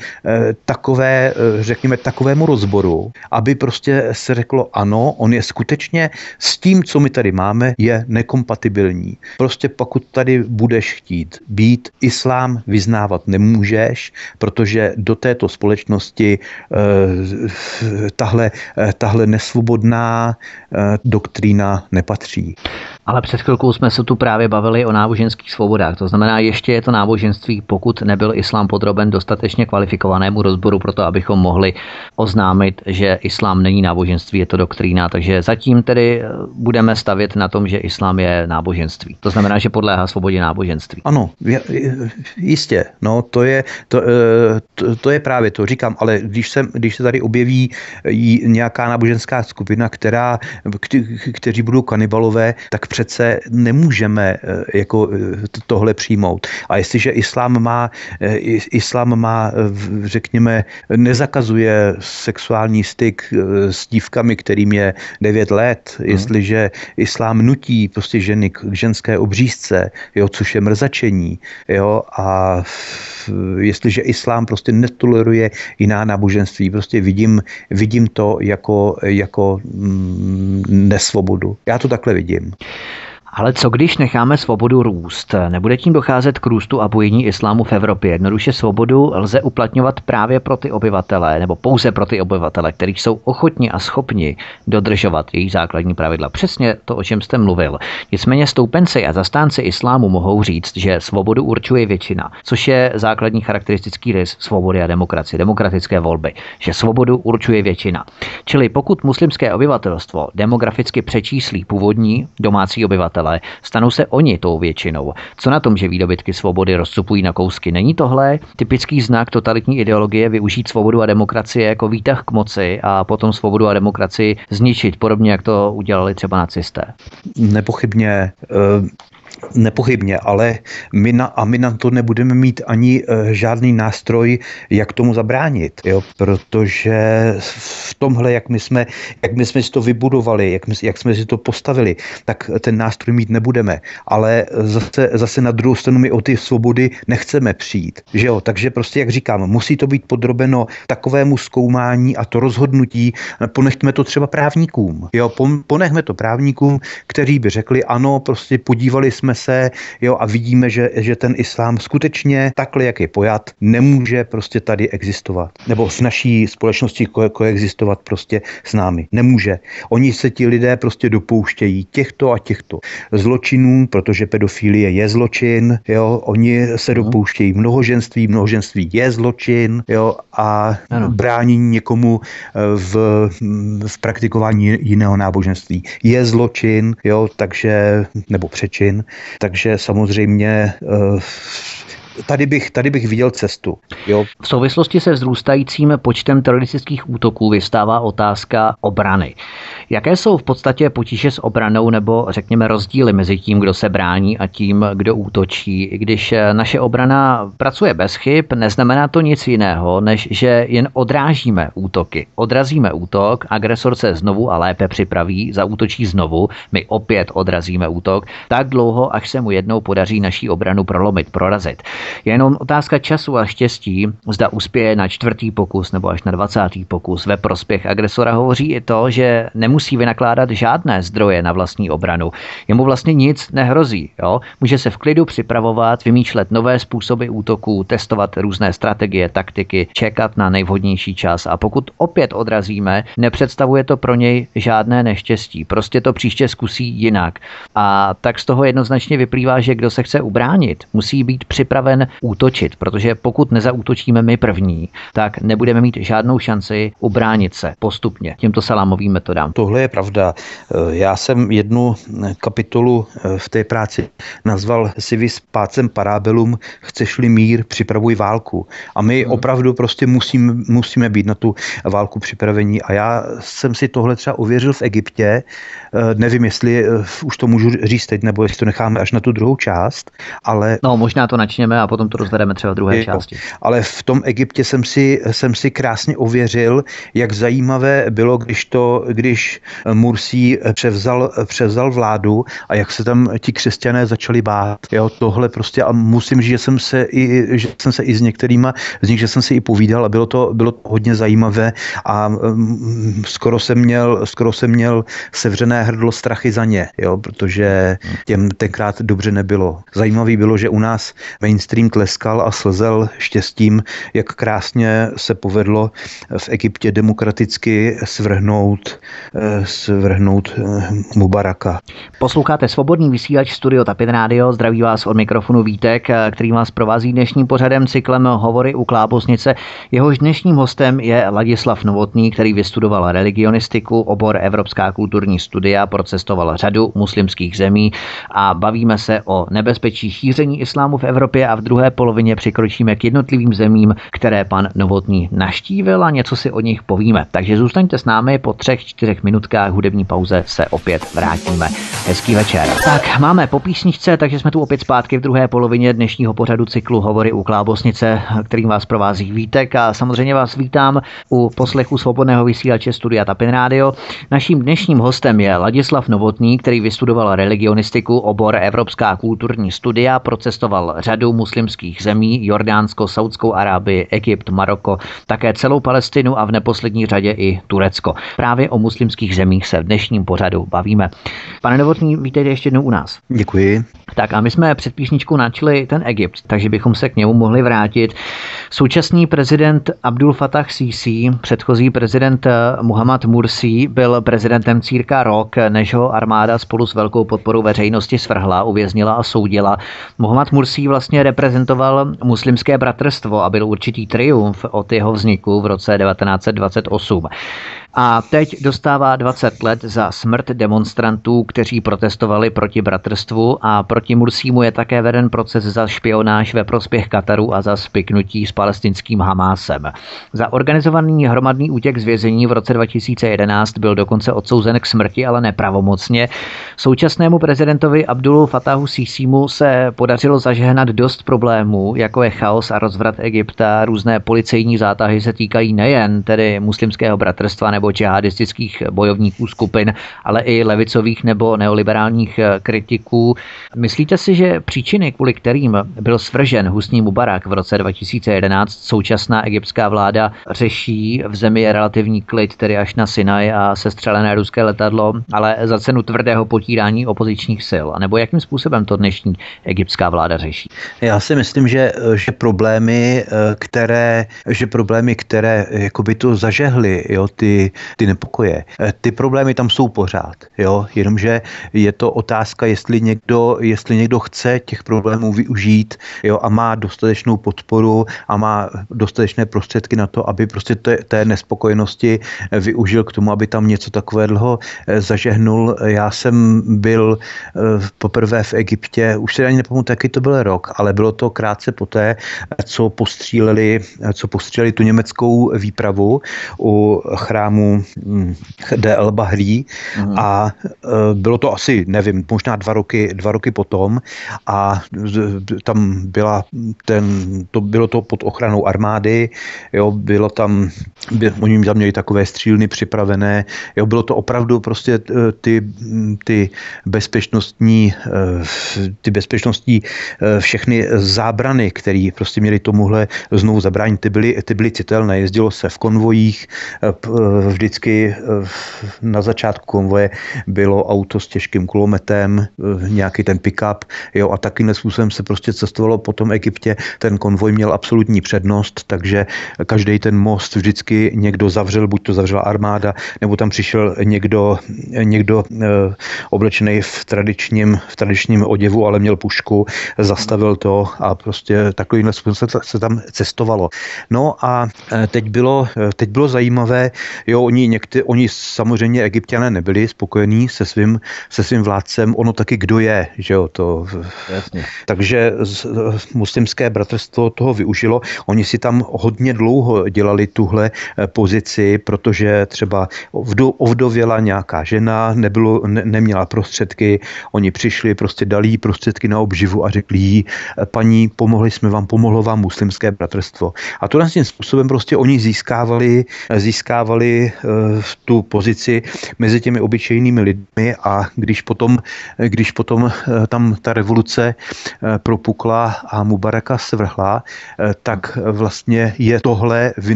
takovému rozboru, aby prostě se řeklo ano, on je skutečně s tím, co my tady máme, je nekompatibilní. Prostě pokud tady budeš chtít být islám vyznávat nemůžeš, protože do této společnosti tahle nesvobodná doktrína nepatří. Ale před chvilkou jsme se tu právě bavili o náboženských svobodách. To znamená, ještě je to náboženství, pokud nebyl islám podroben dostatečně kvalifikovanému rozboru pro to, abychom mohli oznámit, že islám není náboženství, je to doktrína. Takže zatím tedy budeme stavět na tom, že islám je náboženství. To znamená, že podléhá svobodě náboženství. Ano, jistě. No, to je právě to. Říkám, ale když se tady objeví nějaká náboženská skupina, kteří budou kanibalové, tak přece nemůžeme jako tohle přijmout. A jestliže islám má, řekněme, nezakazuje sexuální styk s dívkami, kterým je 9 let, jestliže islám nutí prostě ženy k ženské obřízce, jo, což je mrzačení, jo, a jestliže islám prostě netoleruje jiná náboženství, prostě vidím to jako nesvobodu. Já to takhle vidím. Ale co když necháme svobodu růst? Nebude tím docházet k růstu a bujení islámu v Evropě? Jednoduše svobodu lze uplatňovat právě pro ty obyvatele, nebo pouze pro ty obyvatele, kteří jsou ochotni a schopni dodržovat její základní pravidla. Přesně to, o čem jste mluvil. Nicméně stoupenci a zastánci islámu mohou říct, že svobodu určuje většina, což je základní charakteristický rys svobody a demokracie, demokratické volby, že svobodu určuje většina. Čili pokud muslimské obyvatelstvo demograficky přečíslí původní domácí obyvatele, stanou se oni tou většinou. Co na tom, že výdobytky svobody rozcupují na kousky? Není tohle typický znak totalitní ideologie využít svobodu a demokracie jako výtah k moci a potom svobodu a demokracii zničit, podobně jak to udělali třeba nacisté? Nepochybně, ale my na to nebudeme mít ani žádný nástroj, jak tomu zabránit, jo? Protože v tomhle, jak my jsme si to vybudovali, jak jsme si to postavili, tak ten nástroj mít nebudeme. Ale zase na druhou stranu my o ty svobody nechceme přijít, že jo? Takže prostě, jak říkám, musí to být podrobeno takovému zkoumání a to rozhodnutí, ponechme to třeba právníkům, jo? Ponechme to právníkům, kteří by řekli, ano, prostě podívali jsme se, jo, a vidíme, že ten islám skutečně takhle, jak je pojat, nemůže prostě tady existovat. Nebo v naší společnosti koexistovat prostě s námi. Nemůže. Oni se ti lidé prostě dopouštějí těchto a těchto zločinů, protože pedofilie je zločin, jo, oni se dopouštějí mnohoženství je zločin, jo, a brání někomu v praktikování jiného náboženství je zločin, jo, takže, nebo přečin. Takže samozřejmě tady bych viděl cestu. Jo. V souvislosti se vzrůstajícím počtem teroristických útoků vystává otázka obrany. Jaké jsou v podstatě potíže s obranou nebo řekněme rozdíly mezi tím, kdo se brání a tím, kdo útočí? Když naše obrana pracuje bez chyb, neznamená to nic jiného, než že jen odrážíme útoky. Odrazíme útok, agresor se znovu a lépe připraví, zaútočí znovu, my opět odrazíme útok, tak dlouho, až se mu jednou podaří naší obranu prolomit, prorazit. Je jenom otázka času a štěstí, zda uspěje na 4. pokus nebo až na 20. pokus. Ve prospěch agresora hovoří i to, že nemusí vynakládat žádné zdroje na vlastní obranu. Jemu vlastně nic nehrozí. Jo? Může se v klidu připravovat, vymýšlet nové způsoby útoků, testovat různé strategie, taktiky, čekat na nejvhodnější čas a pokud opět odrazíme, nepředstavuje to pro něj žádné neštěstí. Prostě to příště zkusí jinak. A tak z toho jednoznačně vyplývá, že kdo se chce ubránit, musí být připraven útočit, protože pokud nezaútočíme my první, tak nebudeme mít žádnou šanci ubránit se postupně těmto salámovým metodám. Tohle je pravda. Já jsem jednu kapitolu v té práci nazval Civis pacem parabellum, chceš-li mír, připravuj válku. A my opravdu prostě musíme být na tu válku připravení. A já jsem si tohle třeba ověřil v Egyptě. Nevím, jestli už to můžu říct teď, nebo jestli to necháme až na tu druhou část, ale... No, možná to načneme a potom to rozvedeme třeba v druhé části. Ale v tom Egyptě jsem si krásně ověřil, jak zajímavé bylo, když Mursí převzal vládu a jak se tam ti křesťané začali bát. Jo, tohle prostě a musím říct, že jsem se i s některýma z nich, že jsem si i povídal a bylo to hodně zajímavé a skoro jsem měl sevřené hrdlo strachy za ně, jo, protože těm tenkrát dobře nebylo. Zajímavý bylo, že u nás mainstream tleskal a slzel štěstím, jak krásně se povedlo v Egyptě demokraticky svrhnout Mubaraka. Posloucháte Svobodný vysílač Studio Tapin Radio, zdraví vás od mikrofonu Vítek, který vás provází dnešním pořadem cyklem Hovory u Klábosnice. Jehož dnešním hostem je Ladislav Novotný, který vystudoval religionistiku, obor Evropská kulturní studia, procestoval řadu muslimských zemí a bavíme se o nebezpečí šíření islámu v Evropě a v druhé polovině přikročíme k jednotlivým zemím, které pan Novotný navštívil a něco si o nich povíme. Takže zůstaňte s námi, po 3-4 minutkách hudební pauze se opět vrátíme. Hezký večer. Tak, máme po písničce, takže jsme tu opět zpátky v druhé polovině dnešního pořadu cyklu Hovory u Klábosnice, kterým vás provází Vítek a samozřejmě vás vítám u poslechu Svobodného vysílače Studia Tapin Radio. Naším dnešním hostem je Ladislav Novotný, který vystudoval religionistiku, obor Evropská kulturní studia, procestoval řadu muslimských zemí, Jordánsko, Saudskou Arábii, Egypt, Maroko, také celou Palestinu a v neposlední řadě i Turecko. Právě o muslimských zemích se v dnešním pořadu bavíme. Pane Novotný, vítejte ještě jednou u nás. Děkuji. Tak a my jsme před písničkou načali ten Egypt, takže bychom se k němu mohli vrátit. Současný prezident Abdul Fattah Sísí, předchozí prezident Muhammad Mursi byl prezidentem cirka rok, než ho armáda spolu s velkou podporou veřejnosti svrhla, uvěznila a soudila. Muhammad Mursi vlastně reprezentoval muslimské bratrstvo a byl určitý triumf od jeho vzniku v roce 1928. A teď dostává 20 let za smrt demonstrantů, kteří protestovali proti bratrstvu a proti Mursímu je také veden proces za špionáž ve prospěch Kataru a za spiknutí s palestinským Hamásem. Za organizovaný hromadný útěk z vězení v roce 2011 byl dokonce odsouzen k smrti, ale nepravomocně. Současnému prezidentovi Abdulu Fattahu Sísímu se podařilo zažehnat dost problémů, jako je chaos a rozvrat Egypta. Různé policejní zátahy se týkají nejen tedy muslimského bratrstva nebo džihadistických bojovníků skupin, ale i levicových nebo neoliberálních kritiků. Myslíte si, že příčiny, kvůli kterým byl svržen Husní Mubarak v roce 2011, současná egyptská vláda řeší? V zemi je relativní klid, tedy až na Sinaj a sestřelené ruské letadlo, ale za cenu tvrdého potírání opozičních sil. A nebo jakým způsobem to dnešní egyptská vláda řeší? Já si myslím, že problémy, které jakoby to zažehly, jo, ty ty nepokoje. Ty problémy tam jsou pořád, jo, jenomže je to otázka, jestli někdo chce těch problémů využít, jo, a má dostatečnou podporu a má dostatečné prostředky na to, aby prostě té nespokojenosti využil k tomu, aby tam něco takového zažehnul. Já jsem byl poprvé v Egyptě, už se ani nepamatuji, jaký to byl rok, ale bylo to krátce poté, co postříleli tu německou výpravu u chrámu D.L. Bahrí a bylo to asi, nevím, možná dva roky potom a tam bylo to pod ochranou armády, jo, oni tam měli takové střílny připravené, jo, bylo to opravdu prostě ty bezpečnostní všechny zábrany, které prostě měly tomuhle znovu zabránit, ty byly citelné. Jezdilo se v konvojích, vždycky na začátku konvoje bylo auto s těžkým kulometem, nějaký ten pick-up, jo, a takovýmhle způsobem se prostě cestovalo po tom Egyptě. Ten konvoj měl absolutní přednost, takže každý ten most vždycky někdo zavřel, buď to zavřela armáda, nebo tam přišel někdo oblečený v tradičním oděvu, ale měl pušku, zastavil to a prostě takovýmhle způsobem se tam cestovalo. No a teď bylo zajímavé, jo, oni samozřejmě Egypťané nebyli spokojení se svým vládcem, ono taky kdo je, že jo, to. Jasně. Takže muslimské bratrstvo toho využilo. Oni si tam hodně dlouho dělali tuhle pozici, protože třeba ovdověla nějaká žena, neměla prostředky, oni přišli, prostě dali jí prostředky na obživu a řekli jí, paní, pomohlo vám muslimské bratrstvo. A to tím způsobem prostě oni získávali tu pozici mezi těmi obyčejnými lidmi a když potom tam ta revoluce propukla a Mubaraka svrhla, tak vlastně je tohle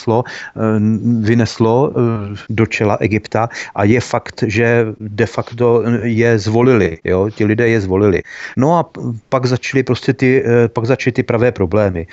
vyneslo do čela Egypta a je fakt, že de facto je zvolili, jo, ti lidé je zvolili. No a pak začaly ty pravé problémy.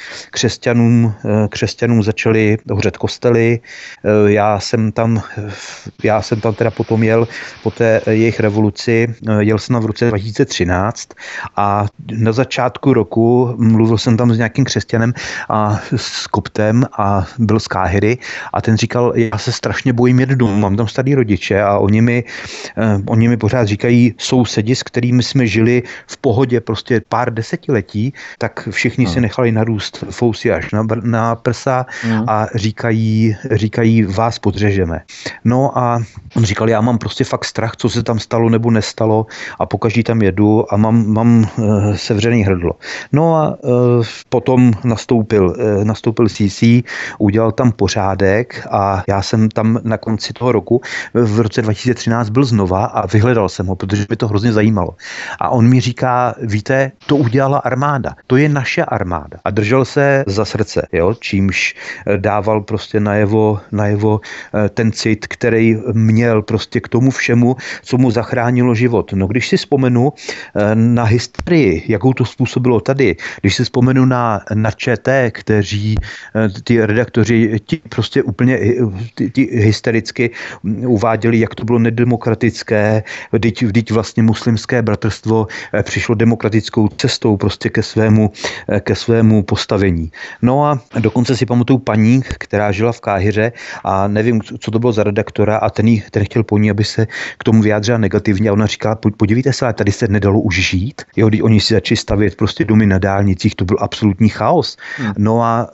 Křesťanům začaly hořet kostely, já jsem tam teda potom jel po té jejich revoluci, jel jsem tam v roce 2013 a na začátku roku mluvil jsem tam s nějakým křesťanem a s koptem a byl z Káhiry a ten říkal, já se strašně bojím jet domů, mám tam starý rodiče a oni mi pořád říkají, sousedi, s kterými jsme žili v pohodě prostě pár desetiletí, tak všichni si nechali narůst fousy až na prsa a říkají, vás podřežeme. No a on říkal, já mám prostě fakt strach, co se tam stalo nebo nestalo a pokaždý tam jedu a mám sevřený hrdlo. No a potom nastoupil CC, udělal tam pořádek a já jsem tam na konci toho roku v roce 2013 byl znova a vyhledal jsem ho, protože mě to hrozně zajímalo. A on mi říká, víte, to udělala armáda, to je naše armáda. A držel se za srdce, jo, čímž dával prostě najevo ten cit, který měl prostě k tomu všemu, co mu zachránilo život. No když si vzpomenu na historii, jakou to způsobilo tady, když si vzpomenu na ČT, kteří ty redaktoři ti prostě úplně ty hystericky uváděli, jak to bylo nedemokratické, vždyť vlastně muslimské bratrstvo přišlo demokratickou cestou prostě ke svému postavení. No a dokonce si pamatuju paní, která žila v Káhiře a nevím, co to bylo za redaktora a ten chtěl po ní, aby se k tomu vyjádřila negativně a ona říkala, podívejte se, ale tady se nedalo už žít. Jo, když oni si začali stavět prostě domy na dálnicích, to byl absolutní chaos. No a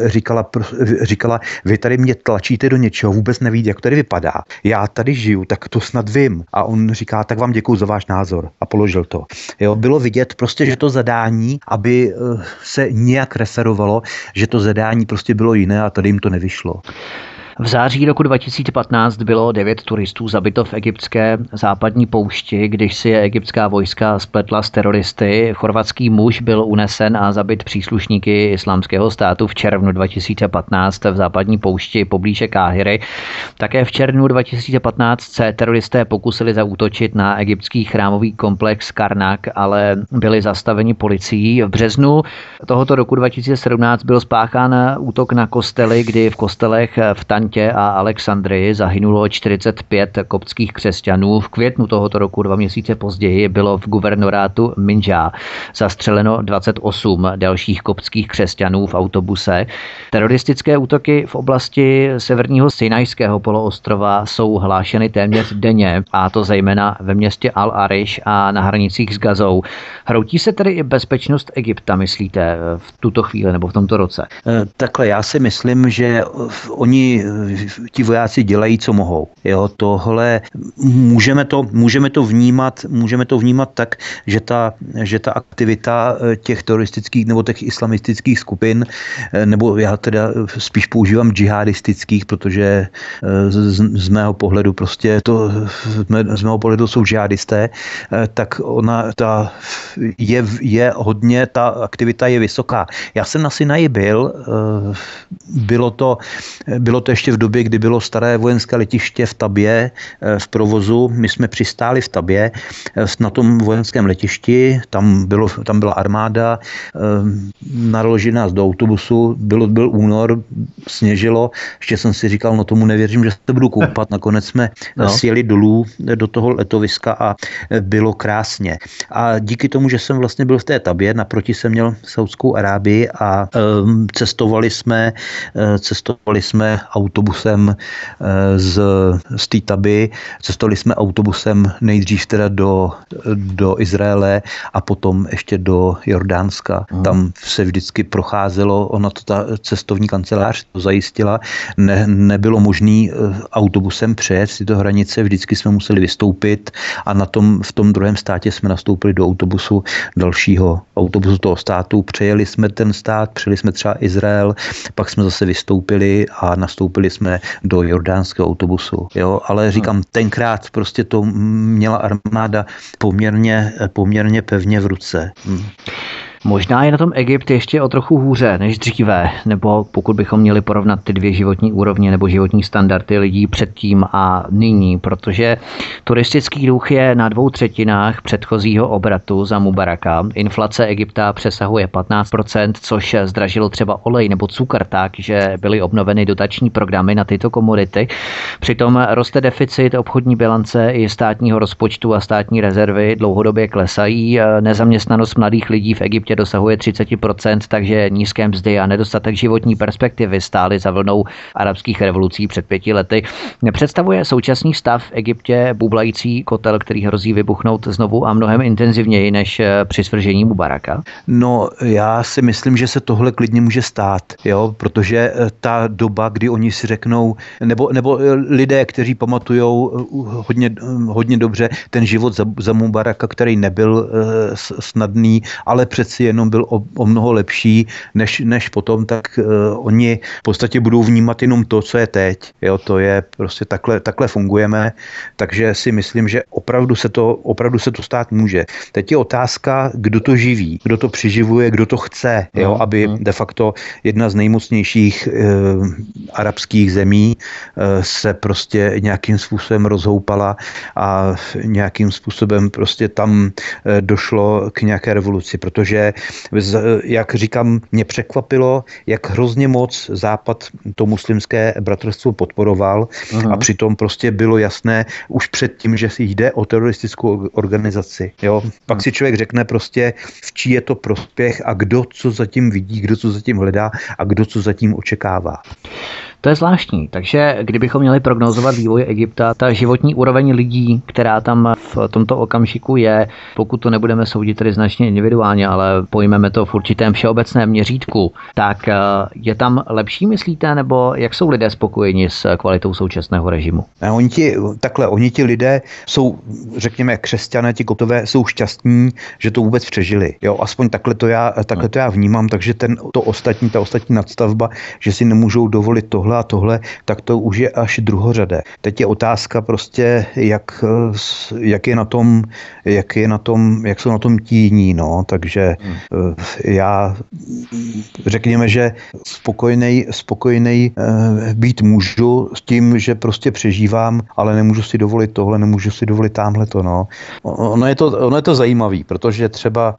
říkala, vy tady mě tlačíte do něčeho, vůbec nevíte, jak tady vypadá. Já tady žiju, tak to snad vím. A on říká, tak vám děkuju za váš názor. A položil to. Jo, bylo vidět prostě, že to zadání, aby se nějak referovalo, že to zadání prostě bylo jiné a tady jim to nevyšlo. V září roku 2015 bylo 9 turistů zabito v egyptské západní poušti, když si je egyptská vojska spletla s teroristy. Chorvatský muž byl unesen a zabit příslušníky Islámského státu v červnu 2015 v západní poušti poblíže Káhiry. Také v červnu 2015 se teroristé pokusili zaútočit na egyptský chrámový komplex Karnak, ale byli zastaveni policií. V březnu tohoto roku 2017 byl spáchán útok na kostely, kdy v kostelech v Taň Levantě a Alexandrii zahynulo 45 koptských křesťanů. V květnu tohoto roku, 2 měsíce později, bylo v guvernorátu Minjá zastřeleno 28 dalších koptských křesťanů v autobuse. Teroristické útoky v oblasti severního Sinajského poloostrova jsou hlášeny téměř denně, a to zejména ve městě Al-Arish a na hranicích s Gazou. Hroutí se tedy i bezpečnost Egypta, myslíte, v tuto chvíli nebo v tomto roce? Takhle, já si myslím, že oni, ti vojáci dělají, co mohou. Jo, tohle můžeme to vnímat tak, že ta aktivita těch teroristických nebo těch islamistických skupin, nebo já teda spíš používám džihadistických, protože z mého pohledu prostě z mého pohledu jsou džihadisté, tak ta aktivita je vysoká. Já jsem na Sinaji byl, bylo to ještě v době, kdy bylo staré vojenské letiště v Tabě v provozu. My jsme přistáli v Tabě na tom vojenském letišti, tam byla armáda, naložili nás do autobusu, byl únor, sněžilo, ještě jsem si říkal, no tomu nevěřím, že se budu koupat, nakonec jsme sjeli dolů do toho letoviska a bylo krásně. A díky tomu, že jsem vlastně byl v té Tabě, naproti jsem měl Saudskou Arábii a cestovali jsme autobusem z té Taby, cestovali jsme autobusem nejdřív teda do Izraele a potom ještě do Jordánska. Tam se vždycky procházelo, ona to ta cestovní kancelář to zajistila, nebylo možné autobusem přejet tyto hranice, vždycky jsme museli vystoupit a v tom druhém státě jsme nastoupili do dalšího autobusu toho státu, přejeli jsme ten stát, přejeli jsme třeba Izrael, pak jsme zase vystoupili a nastoupili jsme do jordánského autobusu. Jo? Ale říkám, tenkrát prostě to měla armáda poměrně pevně v ruce. Možná je na tom Egypt ještě o trochu hůře než dříve, nebo pokud bychom měli porovnat ty dvě životní úrovně nebo životní standardy lidí předtím a nyní, protože turistický ruch je na 2/3 předchozího obratu za Mubaraka. Inflace Egypta přesahuje 15%, což zdražilo třeba olej nebo cukr tak, že byly obnoveny dotační programy na tyto komodity. Přitom roste deficit obchodní bilance i státního rozpočtu a státní rezervy dlouhodobě klesají. Nezaměstnanost mladých lidí v Egyptě dosahuje 30%, takže nízké mzdy a nedostatek životní perspektivy stály za vlnou arabských revolucí před 5 lety. Nepředstavuje současný stav v Egyptě bublající kotel, který hrozí vybuchnout znovu a mnohem intenzivněji než při svržení Mubaraka? No, já si myslím, že se tohle klidně může stát, jo, protože ta doba, kdy oni si řeknou, nebo lidé, kteří pamatujou hodně dobře ten život za Mubaraka, který nebyl snadný, ale přeci jenom byl o mnoho lepší než potom, tak oni v podstatě budou vnímat jenom to, co je teď. Jo, to je prostě takhle fungujeme, takže si myslím, že opravdu se to stát může. Teď je otázka, kdo to živí, kdo to přiživuje, kdo to chce, jo, aby de facto jedna z nejmocnějších arabských zemí se prostě nějakým způsobem rozhoupala a nějakým způsobem prostě tam došlo k nějaké revoluci, protože, jak říkám, mě překvapilo, jak hrozně moc Západ to muslimské bratrstvo podporoval a přitom prostě bylo jasné už předtím, že si jde o teroristickou organizaci. Jo? Pak si člověk řekne prostě, v čí je to prospěch a kdo co zatím vidí, kdo co zatím hledá a kdo co zatím očekává. To je zvláštní, takže kdybychom měli prognozovat vývoj Egypta, ta životní úroveň lidí, která tam v tomto okamžiku je, pokud to nebudeme soudit tedy značně individuálně, ale pojmeme to v určitém všeobecném měřítku, tak je tam lepší, myslíte, nebo jak jsou lidé spokojeni s kvalitou současného režimu? Oni ti lidé jsou, řekněme, křesťané, ti Koptové jsou šťastní, že to vůbec přežili. Jo, aspoň takhle to já vnímám, takže ta ostatní nadstavba, že si nemůžou dovolit tohle a tohle, tak to už je až druhořadé. Teď je otázka prostě, jak jsou na tom ti jiní, no, takže já řekněme, že spokojenej být můžu s tím, že prostě přežívám, ale nemůžu si dovolit tohle, nemůžu si dovolit támhleto, no. Ono je to zajímavý, protože třeba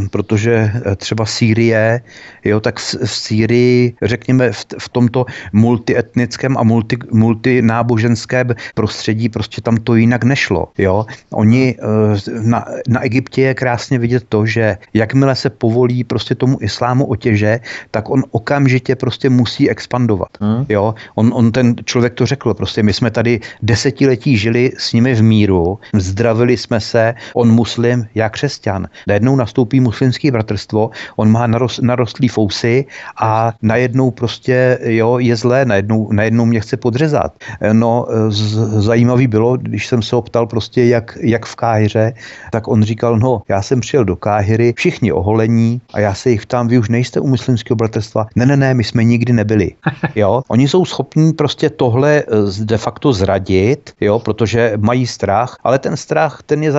Sýrie, jo, tak v Sýrii, řekněme, v tomto multietnickém a multináboženském prostředí prostě tam to jinak nešlo. Jo? Oni na Egyptě je krásně vidět to, že jakmile se povolí prostě tomu islámu otěže, tak on okamžitě prostě musí expandovat. Jo? On ten člověk to řekl, prostě my jsme tady desetiletí žili s nimi v míru, zdravili jsme se, on muslim, já křesťan. Najednou nastoupí muslimský bratrstvo, on má narostlý fousy a najednou prostě je zlé, najednou mě chce podřezat. No, zajímavý bylo, když jsem se ho ptal prostě jak v Káhiře, tak on říkal, no, já jsem přijel do Káhiry, všichni oholení a já se jich ptám, vy už nejste u muslimského bratrstva? Ne, my jsme nikdy nebyli. Jo? Oni jsou schopní prostě tohle de facto zradit, jo, protože mají strach, ale ten strach,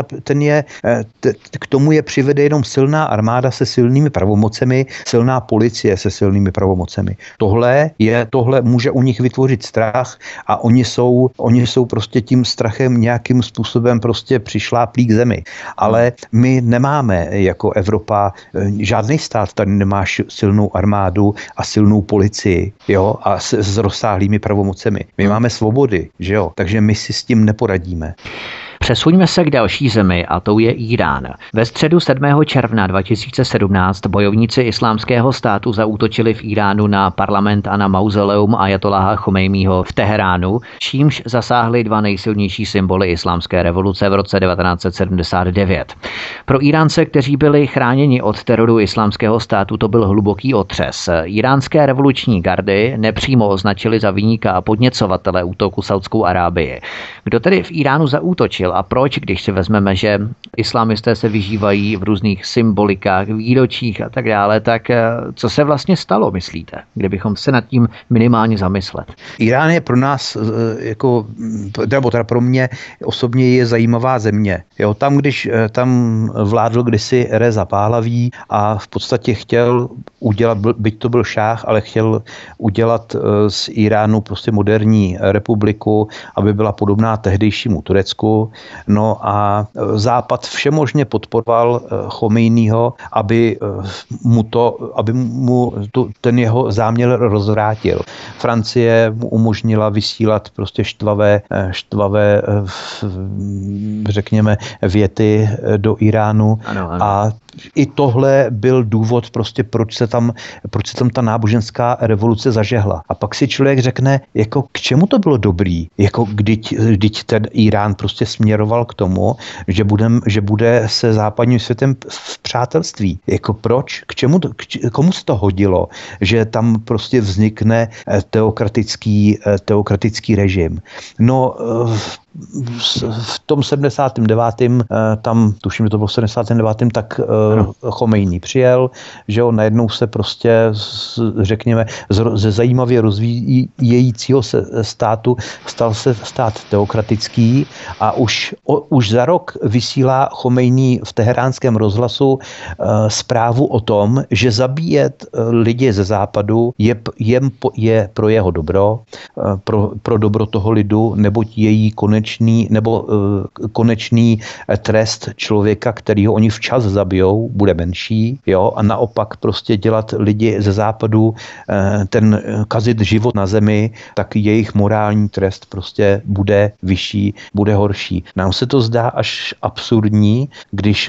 k tomu je přivede jenom silná armáda se silnými pravomocemi, silná policie se silnými pravomocemi. Tohle může u nich vytvořit strach a oni jsou prostě tím strachem nějakým způsobem prostě přišláplí k zemi. Ale my nemáme jako Evropa, žádný stát tady nemá silnou armádu a silnou policii, jo, a s rozsáhlými pravomocemi. My máme svobody, že jo, takže my si s tím neporadíme. Přesuňme se k další zemi a tou je Irán. Ve středu 7. června 2017 bojovníci Islámského státu zaútočili v Iránu na parlament a na mauzoleum ajatoláha Chomejního v Teheránu, čímž zasáhli dva nejsilnější symboly islámské revoluce v roce 1979. Pro Iránce, kteří byli chráněni od teroru Islámského státu, to byl hluboký otřes. Iránské revoluční gardy nepřímo označili za viníka a podněcovatele útoku Saudskou Arábii. Kdo tedy v Iránu zaútočil a proč, když si vezmeme, že islamisté se vyžívají v různých symbolikách, výročích a tak dále, tak co se vlastně stalo, myslíte, kdybychom se nad tím minimálně zamyslet? Irán je pro nás, nebo pro mě osobně je zajímavá země. Jo, tam vládl kdysi Reza Pahlaví a v podstatě chtěl udělat, byť to byl šáh, ale chtěl udělat z Iránu prostě moderní republiku, aby byla podobná tehdejšímu Turecku. No a Západ všemožně podporoval Chomejního, aby mu ten jeho záměr rozvrátil. Francie mu umožnila vysílat prostě štvavé řekněme věty do Iránu. Ano. A i tohle byl důvod prostě, proč se tam ta náboženská revoluce zažehla. A pak si člověk řekne, jako k čemu to bylo dobrý, jako když ten Irán prostě směroval k tomu, že bude se západním světem v přátelství. Jako proč? Komu se to hodilo, že tam prostě vznikne teokratický režim? No, v tom 79. tam, tuším, že to bylo v 79. tak Chomejní přijel, že on najednou se prostě, řekněme, ze zajímavě rozvíjejícího se státu stal se stát teokratický a už za rok vysílá Chomejní v teheránském rozhlasu zprávu o tom, že zabíjet lidi ze západu je pro jeho dobro, pro dobro toho lidu, neboť její konečný trest člověka, kterýho oni včas zabijou, bude menší, jo, a naopak prostě dělat lidi ze západu kazit život na zemi, tak jejich morální trest prostě bude vyšší, bude horší. Nám se to zdá až absurdní, když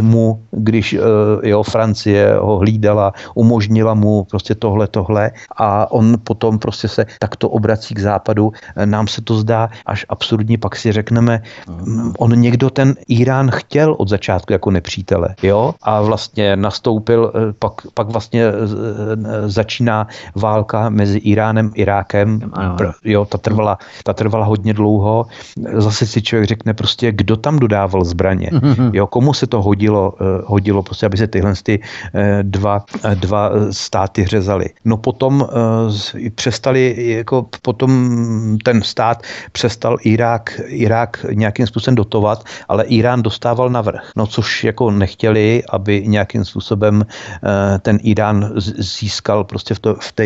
Francie ho hlídala, umožnila mu prostě tohle a on potom prostě se takto obrací k západu. Nám se to zdá až absurdní, pak si řekneme, on někdo ten Irán chtěl od začátku jako nepřítele, jo? A vlastně nastoupil, pak vlastně začíná válka mezi Iránem a Irákem. Jo, ta trvala hodně dlouho. Zase si člověk řekne prostě, kdo tam dodával zbraně. Jo, komu se to hodilo prostě, aby se tyhle dva státy řezaly. No potom přestali, jako potom ten stát přestal Irák Irák nějakým způsobem dotovat, ale Irán dostával navrch. No což jako nechtěli, aby nějakým způsobem ten Irán získal prostě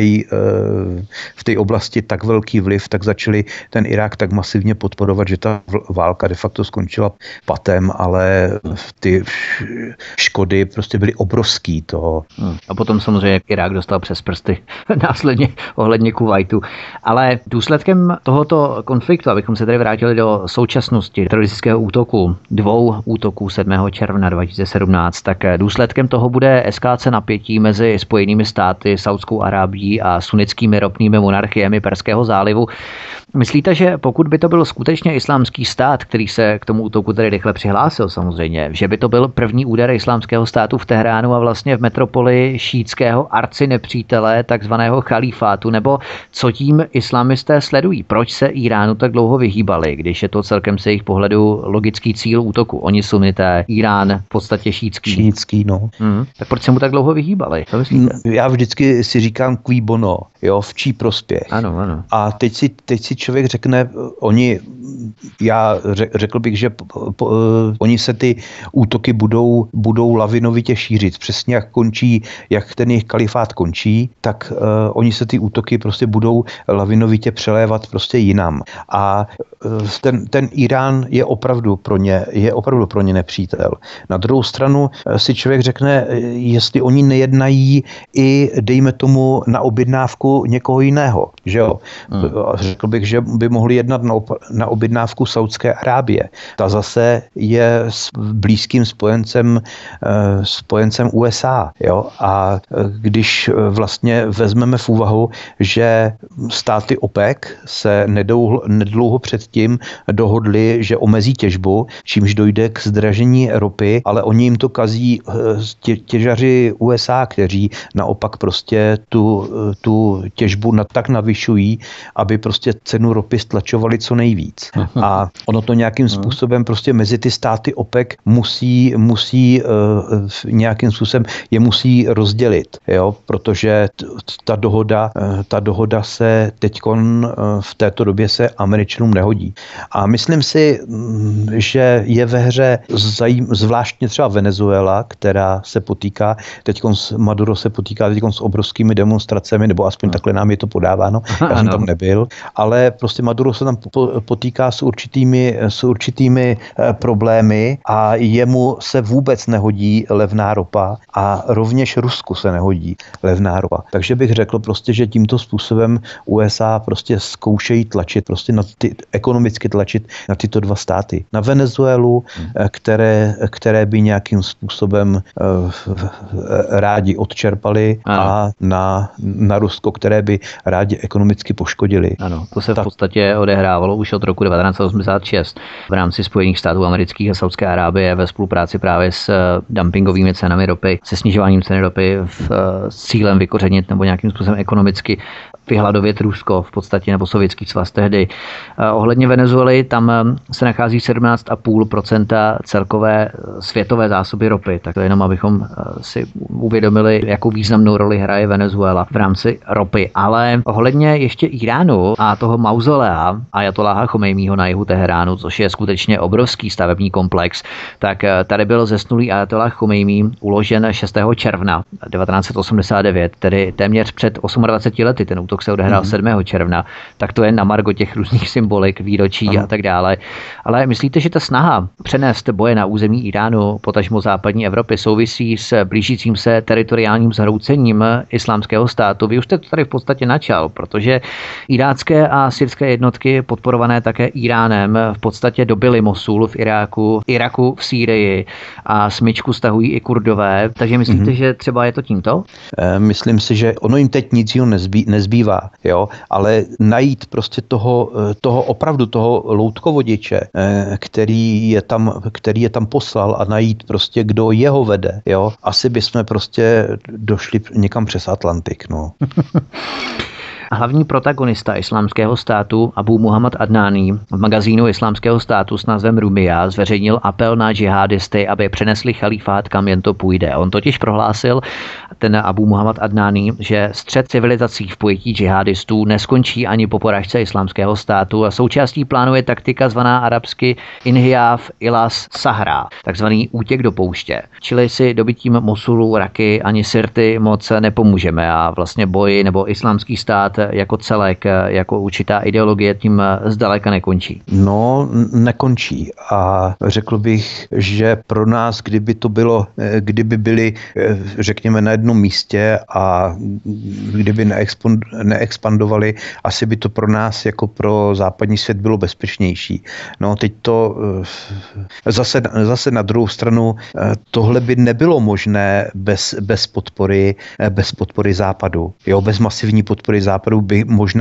v té oblasti tak velký vliv, tak začali ten Irák tak masivně podporovat, že ta válka de facto skončila patem, ale ty škody prostě byly obrovský toho. A potom samozřejmě Irák dostal přes prsty následně ohledně Kuvajtu. Ale důsledkem tohoto konfliktu, abychom se tady vrátili do současnosti teroristického útoku, 2 útoků 7. června 2017, tak důsledkem toho bude eskalace napětí mezi Spojenými státy, Saudskou Arábií a sunnickými ropnými monarchiemi Perského zálivu. Myslíte, že pokud by to byl skutečně islámský stát, který se k tomu útoku tedy rychle přihlásil samozřejmě, že by to byl první úder islámského státu v Teheránu a vlastně v metropoli šítského arcinepřítele takzvaného chalífátu, nebo co tím islamisté sledují? Proč se Iránu tak dlouho vyhýbali, když je to celkem se jejich pohledu logický cíl útoku? Oni sunité, Irán v podstatě šítský. Šítský, no. Tak proč se mu tak dlouho vyhýbali? Co myslíte? Já vždycky si říkám qui bono, jo, v čí prospěch. Ano. A teď si člověk řekne, řekl bych, že oni se ty útoky budou lavinovitě šířit. Přesně jak ten jejich kalifát končí, tak oni se ty útoky prostě budou lavinovitě přelévat prostě jinam. A ten Irán je opravdu pro ně nepřítel. Na druhou stranu si člověk řekne, jestli oni nejednají i, dejme tomu, na objednávku někoho jiného, že jo. Řekl bych, že by mohli jednat na objednávku Saudské Arábie. Ta zase je blízkým spojencem USA, jo. A když vlastně vezmeme v úvahu, že státy OPEC se nedlouho předtím dohodli, že omezí těžbu, čímž dojde k zdražení ropy, ale oni jim to kazí těžaři USA, kteří naopak prostě tu těžbu tak navyšují, aby prostě cenu ropy stlačovali co nejvíc. A ono to nějakým způsobem prostě mezi ty státy OPEC musí nějakým způsobem je musí rozdělit, jo, protože ta dohoda se teďkon v této době se Američanům nehodí. A myslím si, že je ve hře zvláštně třeba Venezuela, která se potýká Maduro se potýká teďkon s obrovskými demonstracemi, nebo aspoň takhle nám je to podáváno. Já jsem tam nebyl, ale prostě Maduro se tam potýká s určitými problémy a jemu se vůbec nehodí levná ropa a rovněž Rusku se nehodí levná ropa. Takže bych řekl prostě, že tímto způsobem USA prostě zkoušejí tlačit prostě ekonomicky tlačit na tyto dva státy. Na Venezuelu, které by nějakým způsobem rádi odčerpali a na Rusko, které by rádi ekonomicky poškodili. Ano, to se v podstatě odehrávalo už od roku 1986 v rámci Spojených států amerických a Saudské Arábie ve spolupráci právě s dumpingovými cenami ropy, se snižováním ceny ropy s cílem vykořenit nebo nějakým způsobem ekonomicky vyhladovět Rusko v podstatě nebo Sovětský svaz tehdy. Ohledně Venezuely tam se nachází 17,5% celkové světové zásoby ropy. Tak to jenom, abychom si uvědomili, jakou významnou roli hraje Venezuela v rámci ropy. Ale ohledně ještě Iránu a toho mauzolea Ajatolláha Chomejního na jihu Teheránu, což je skutečně obrovský stavební komplex, tak tady byl zesnulý Ajatolláh Chomejní uložen 6. června 1989, tedy téměř před 28 lety. Ten útok se odehrál 7. června, tak to je na margo těch různých symbolik, výročí a tak dále. Ale myslíte, že ta snaha přenést boje na území Iránu, potažmo západní Evropy, souvisí s blížícím se teritoriálním zhroucením islámského státu? Vy už jste to tady v podstatě načal, protože irácké a syrské jednotky podporované také Iránem v podstatě dobily Mosul v Iraku v Sýrii a smyčku stahují i Kurdové. Takže myslíte, že třeba je to tímto? Myslím si, že ono jim teď nic jiného nezbývá, jo, ale najít prostě toho loutkovodiče, který je tam poslal a najít prostě, kdo jeho vede, jo. Asi bychom prostě došli někam přes Atlantik, no. Hlavní protagonista islámského státu Abu Muhammad Adnání v magazínu islámského státu s názvem Rumija zveřejnil apel na džihadisty, aby přenesli chalífát, kam jen to půjde. On totiž prohlásil, ten Abu Muhammad Adnání, že střet civilizací v pojetí džihadistů neskončí ani po porážce islámského státu a součástí plánu je taktika zvaná arabsky Inhijaf ilas Sahra, takzvaný útěk do pouště. Čili si dobytím Mosulu, Raky ani Sirty moc nepomůžeme a vlastně boj nebo islámský stát jako celek, jako určitá ideologie tím zdaleka nekončí. No, nekončí a řekl bych, že pro nás, kdyby byli, řekněme, na jednom místě a kdyby neexpandovali, asi by to pro nás jako pro západní svět bylo bezpečnější. No, teď to zase na druhou stranu tohle by nebylo možné bez podpory západu. Jo, bez masivní podpory západu by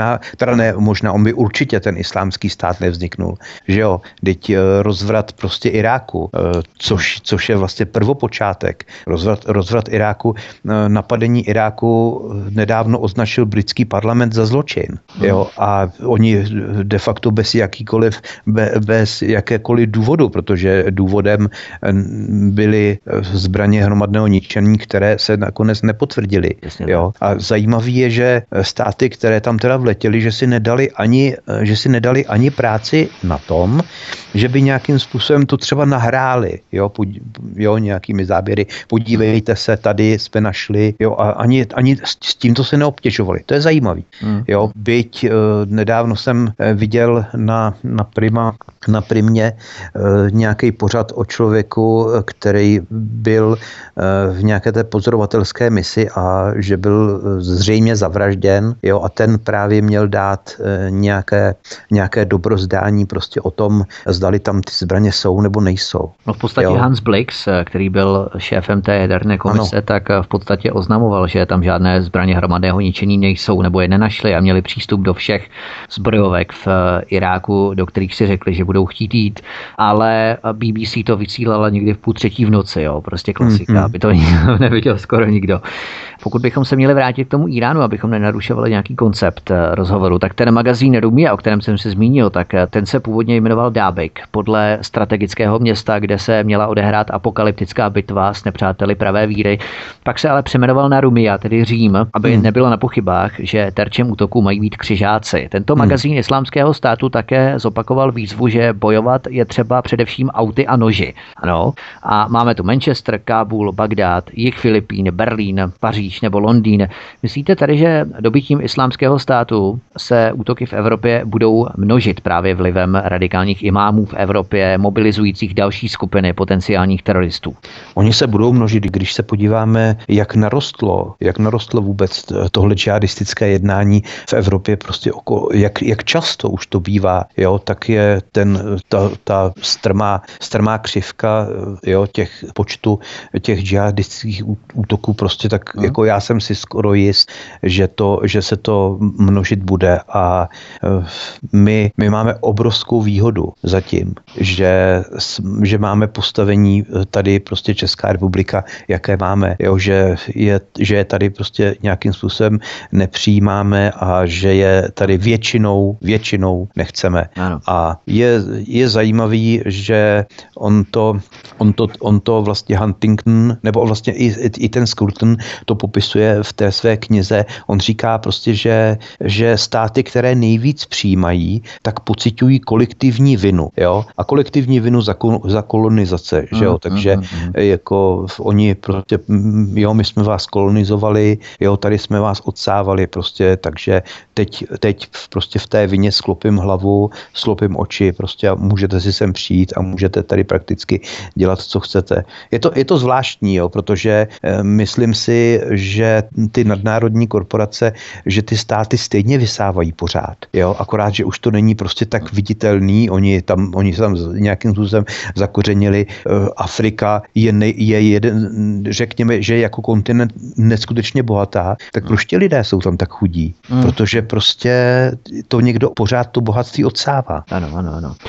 on by určitě ten islámský stát nevzniknul. Že jo, teď rozvrat prostě Iráku, což je vlastně prvopočátek. Rozvrat Iráku, napadení Iráku nedávno označil britský parlament za zločin. Jo, a oni de facto bez jakékoliv důvodu, protože důvodem byly zbraně hromadného ničení, které se nakonec nepotvrdily. Jo. A zajímavý je, že státy, které tam teda vletěly, že si nedali ani práci na tom, že by nějakým způsobem to třeba nahráli, jo, nějakými záběry. Podívejte se, tady jsme našli, jo, a ani s tímto se neobtěžovali. To je zajímavý. Jo, byť nedávno jsem viděl na Primě nějaký pořad o člověku, který byl v nějaké té pozorovatelské misi a že byl zřejmě zavražděn, jo, a ten právě měl dát nějaké dobrozdání prostě o tom, zdali tam ty zbraně jsou nebo nejsou. No v podstatě jo. Hans Blix, který byl šéfem té jaderné komise, tak v podstatě oznamoval, že tam žádné zbraně hromadného ničení nejsou nebo je nenašli a měli přístup do všech zbrojovek v Iráku, do kterých si řekli, že budou chtít jít, ale BBC to vysílala někdy v 2:30 v noci, jo, prostě klasika, aby to neviděl skoro nikdo. Pokud bychom se měli vrátit k tomu Iránu, abychom nenarušovali nějaký koncept rozhovoru, tak ten magazín Rumija, o kterém jsem se zmínil, tak ten se původně jmenoval Dábik, podle strategického města, kde se měla odehrát apokalyptická bitva s nepřáteli pravé víry. Pak se ale přejmenoval na Rumija, tedy Řím, aby nebylo na pochybách, že terčem útoku mají být křižáci. Tento magazín Islámského státu také zopakoval výzvu, že bojovat je třeba především auty a noži. Ano. A máme tu Manchester, Kábul, Bagdád, jih Filipín, Berlín, Paříž nebo Londýn. Myslíte tady, že dobytím Islámského státu se útoky v Evropě budou množit právě vlivem radikálních imámů v Evropě, mobilizujících další skupiny potenciálních teroristů? Oni se budou množit, když se podíváme, jak narostlo vůbec tohle džihadistické jednání v Evropě, prostě jak často už to bývá, jo, tak je ta strmá křivka, jo, těch počtu těch džihadistických útoků prostě tak, jako já jsem si skoro jist, že se to množit bude a my máme obrovskou výhodu zatím, že máme postavení tady prostě Česká republika, jaké máme, jo, že je tady prostě nějakým způsobem nepřijímáme a že je tady většinou nechceme. Ano. A je zajímavý, že on to vlastně Huntington, nebo vlastně i ten Scruton to popisuje v té své knize. On říká prostě, že státy, které nejvíc přijímají, tak pociťují kolektivní vinu, jo? A kolektivní vinu za kolonizace, že jo? Takže jako oni prostě, jo, my jsme vás kolonizovali, jo, tady jsme vás odsávali prostě, takže teď prostě v té vině sklopím hlavu, sklopím oči, prostě a můžete si sem přijít a můžete tady prakticky dělat, co chcete. Je to zvláštní, jo, protože myslím si, že ty nadnárodní korporace, že ty státy stejně vysávají pořád, jo, akorát, že už to není prostě tak viditelný, oni tam nějakým způsobem zakořenili. Afrika je jeden, řekněme, že jako kontinent neskutečně bohatá, tak proč ti lidé jsou tam tak chudí? Protože prostě to někdo pořád to bohatství odsává. Ano.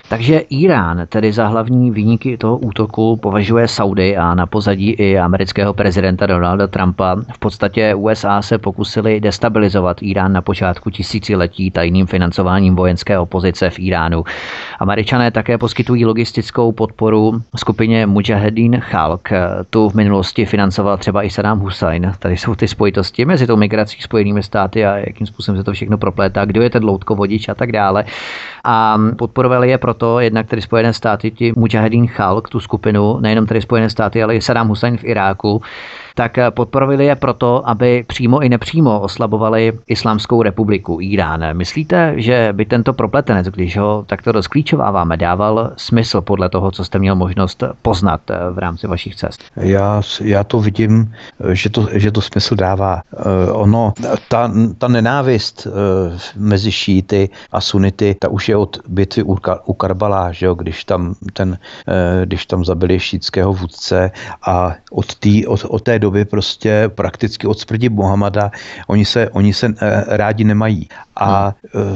Takže Irán tedy za hlavní viníky toho útoku považuje Saudy a na pozadí i amerického prezidenta Donalda Trumpa. V podstatě USA se pokusili destabilizovat Irán na počátku tisíciletí tajným financováním vojenské opozice v Iránu. Američané také poskytují logistickou podporu skupině Mujahedin Chalq. Tu v minulosti financoval třeba i Saddam Hussein. Tady jsou ty spojitosti mezi tou migrací Spojenými státy a jakým způsobem se to všechno proplétá, kdo je ten loutkovodič a tak dále. A podporovali je proto jednak tedy Spojené státy, ti Mujahedin Chalq, tu skupinu, nejenom tedy Spojené státy, ale i Saddam Hussein v Iráku, tak podporovali je proto, aby přímo i nepřímo oslabovali Islámskou republiku Irán. Myslíte, že by tento propletenec, když ho takto rozklíčováváme, dával smysl podle toho, co jste měl možnost poznat v rámci vašich cest? Já to vidím, že to smysl dává. Ta nenávist mezi šíity a sunity, ta už je od bitvy u Karbala, že jo, když tam zabili šítského vůdce a od té doby prostě prakticky od smrti Mohamada oni se rádi nemají. A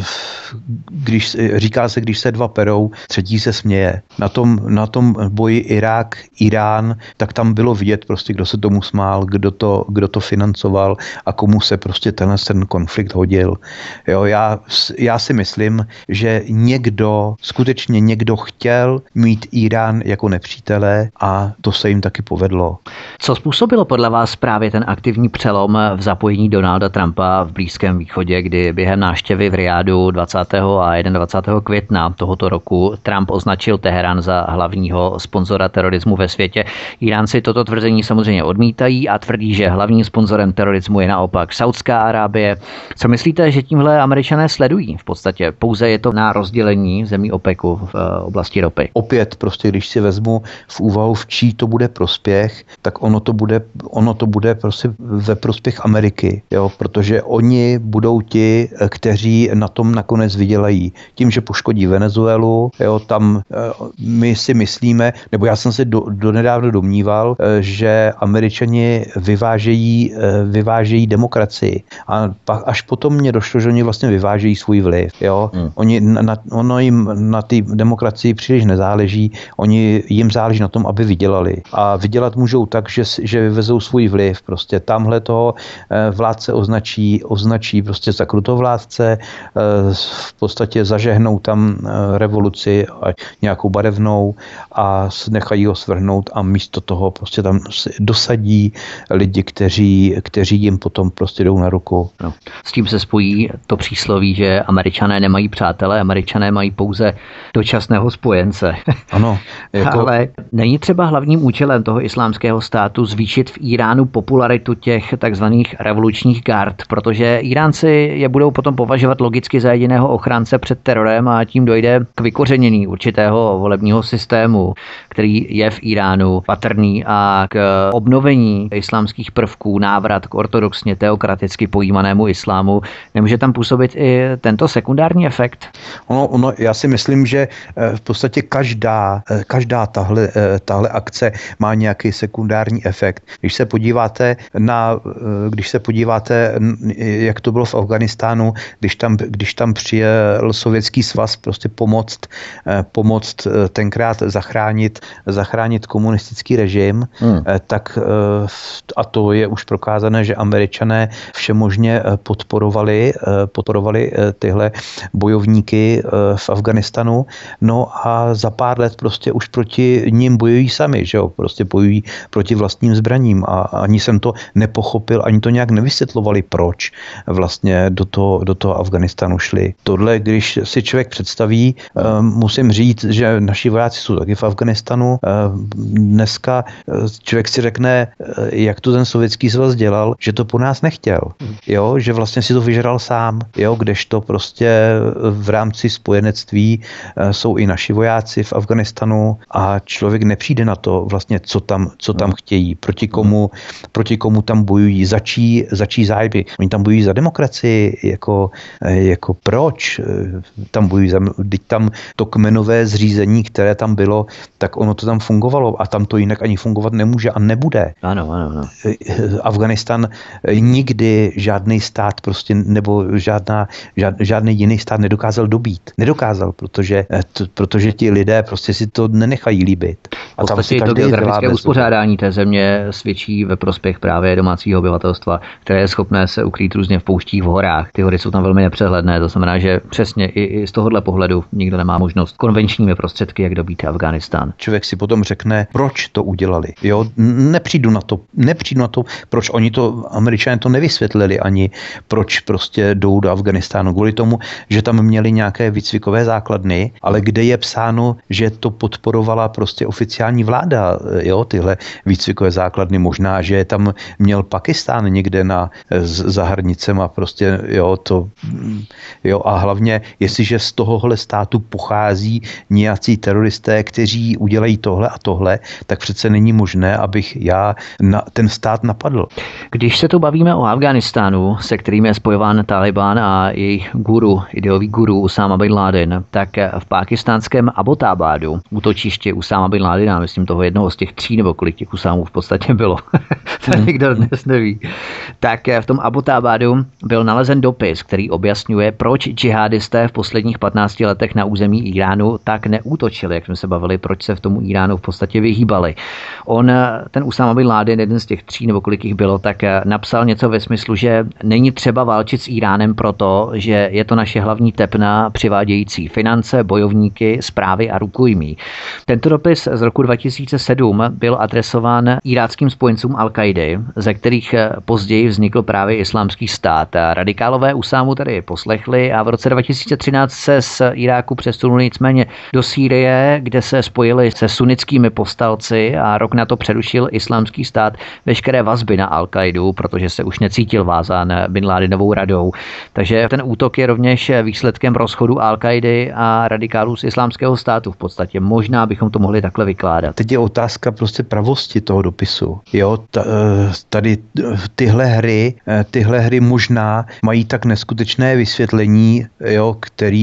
když se dva perou, třetí se směje. Na tom boji Irán, tak tam bylo vidět prostě, kdo se tomu smál, kdo to financoval a komu se prostě ten konflikt hodil. Jo, já si myslím, že skutečně někdo chtěl mít Irán jako nepřítele a to se jim taky povedlo. Co způsobilo podle vás právě ten aktivní přelom v zapojení Donalda Trumpa v Blízkém východě, kdy během návštěvy v Riádu 20. a 21. května tohoto roku Trump označil Teherán za hlavního sponzora terorismu ve světě? Iránci toto tvrzení samozřejmě odmítají a tvrdí, že hlavním sponzorem terorismu je naopak Saudská Arábie. Co myslíte, že tímhle Američané sledují? V podstatě pouze je to na rozdělení zemí OPECu v oblasti ropy. Opět prostě, když si vezmu v úvahu, v čí to bude prospěch, tak ono to bude prostě ve prospěch Ameriky, jo, protože oni budou ti, kteří na tom nakonec vydělají. Tím, že poškodí Venezuelu, jo, tam my si myslíme, nebo já jsem se donedávno domníval, že Američani vyvážejí demokracii. A pak až potom mě došlo, že oni vlastně vyvážejí svůj vliv. Jo. Ono jim na té demokracii příliš nezáleží, jim záleží na tom, aby vydělali. A vydělat můžou tak, že vyvezou svůj vliv. Prostě tamhle toho vládce označí prostě za krutovládce, v podstatě zažehnou tam revoluci a nějakou barevnou a nechají ho svrhnout a místo toho prostě tam dosadí lidi, kteří jim potom prostě jdou na ruku. No. S tím se spojí to přísloví, že Američané nemají přátele, Američané mají pouze dočasného spojence. Ano. Ale není třeba hlavním účelem toho islámského státu zvýšit v Iránu popularitu těch takzvaných revolučních gard, protože Iránci je budou potom považovat logicky za jediného ochránce před terorem a tím dojde k vykořenění určitého volebního systému, který je v Iránu patrný a k obnovení islámských prvků, návrat k ortodoxně teokraticky pojímanému islámu. Nemůže tam působit i tento sekundární efekt? Já si myslím, že v podstatě každá tahle akce má nějaký sekundární efekt. Když se podíváte, jak to bylo v Afghánistánu, když tam přijel Sovětský svaz prostě pomoct tenkrát zachránit komunistický režim, tak a to je už prokázané, že Američané všemožně podporovali tyhle bojovníky v Afghanistanu. No a za pár let prostě už proti ním bojují sami, že jo? Prostě bojují proti vlastním zbraním a ani jsem to nepochopil, ani to nějak nevysvětlovali, proč vlastně do toho Afghanistanu šli. Tohle, když si člověk představí, musím říct, že naši vojáci jsou taky v Afghanistanu. Dneska člověk si řekne, jak to ten Sovětský svaz dělal, že to po nás nechtěl. Jo, že vlastně si to vyžral sám, jo, kdežto prostě v rámci spojenectví jsou i naši vojáci v Afghanistanu a člověk nepřijde na to vlastně, co tam chtějí, proti komu tam bojují, za čí zájmy. Oni tam bojují za demokracii, jako jako proč tam bojují, teď tam to kmenové zřízení, které tam bylo, tak ono to tam fungovalo a tam to jinak ani fungovat nemůže a nebude. Ano. Afghánistán nikdy žádný stát prostě, nebo žádný jiný stát nedokázal dobít. Nedokázal, protože ti lidé prostě si to nenechají líbit. A tam si to geografické uspořádání té země svědčí ve prospěch právě domácího obyvatelstva, které je schopné se ukrýt různě v pouštích, v horách. Ty hory jsou tam velmi nepřehledné, to znamená, že přesně i z tohohle pohledu nikdo nemá možnost konvenčními prostředky, jak dobít Afghánistán. Člověk si potom řekne, proč to udělali. Jo, nepřijdu na to, proč oni to, Američané to nevysvětlili ani, proč prostě jdou do Afghánistánu. Kvůli tomu, že tam měli nějaké výcvikové základny, ale kde je psáno, že to podporovala prostě oficiální vláda, jo, tyhle výcvikové základny. Možná, že tam měl Pakistán někde za hranicema prostě, jo, a hlavně, jestliže z tohohle státu pochází nějací teroristé, kteří udělají tohle a tohle, tak přece není možné, abych já ten stát napadl. Když se tu bavíme o Afghánistánu, se kterým je spojován Taliban a jejich ideový guru Usáma bin Laden, tak v pákistánském Abbottabadu, útočiště Usáma bin Ladena, myslím toho jednoho z těch 3 nebo kolik těch Usámů v podstatě bylo, to nikdo dnes neví, tak v tom Abbottabadu byl nalezen dopis, který objasňuje, proč džihadisté v posledních 15 letech na území Iránu tak neútočili, jak jsme se bavili, proč se v tomu Iránu v podstatě vyhýbali. Ten Usáma bin Laden, jeden z těch 3 nebo kolik jich bylo, tak napsal něco ve smyslu, že není třeba válčit s Iránem proto, že je to naše hlavní tepna přivádějící finance, bojovníky, správy a rukojmí. Tento dopis z roku 2007 byl adresován iráckým spojencům Al-Kaidy, ze kterých později vznikl právě Islámský stát. Radikálové Usámu tedy poslechli a v roce 2013 se z Iráku přesunuli nicméně do Sýrie, kde se spojili se sunnickými povstalci a rok na to přerušil Islámský stát veškeré vazby na Al-Kaidu, protože se už necítil vázán Bin Ladenovou radou. Takže ten útok je rovněž výsledkem rozchodu Al-Kaidy a radikálů z Islámského státu v podstatě. Možná bychom to mohli takhle vykládat. Teď je otázka prostě pravosti toho dopisu. Jo, tady tyhle hry možná mají tak neskutečné vysvětlení, jo,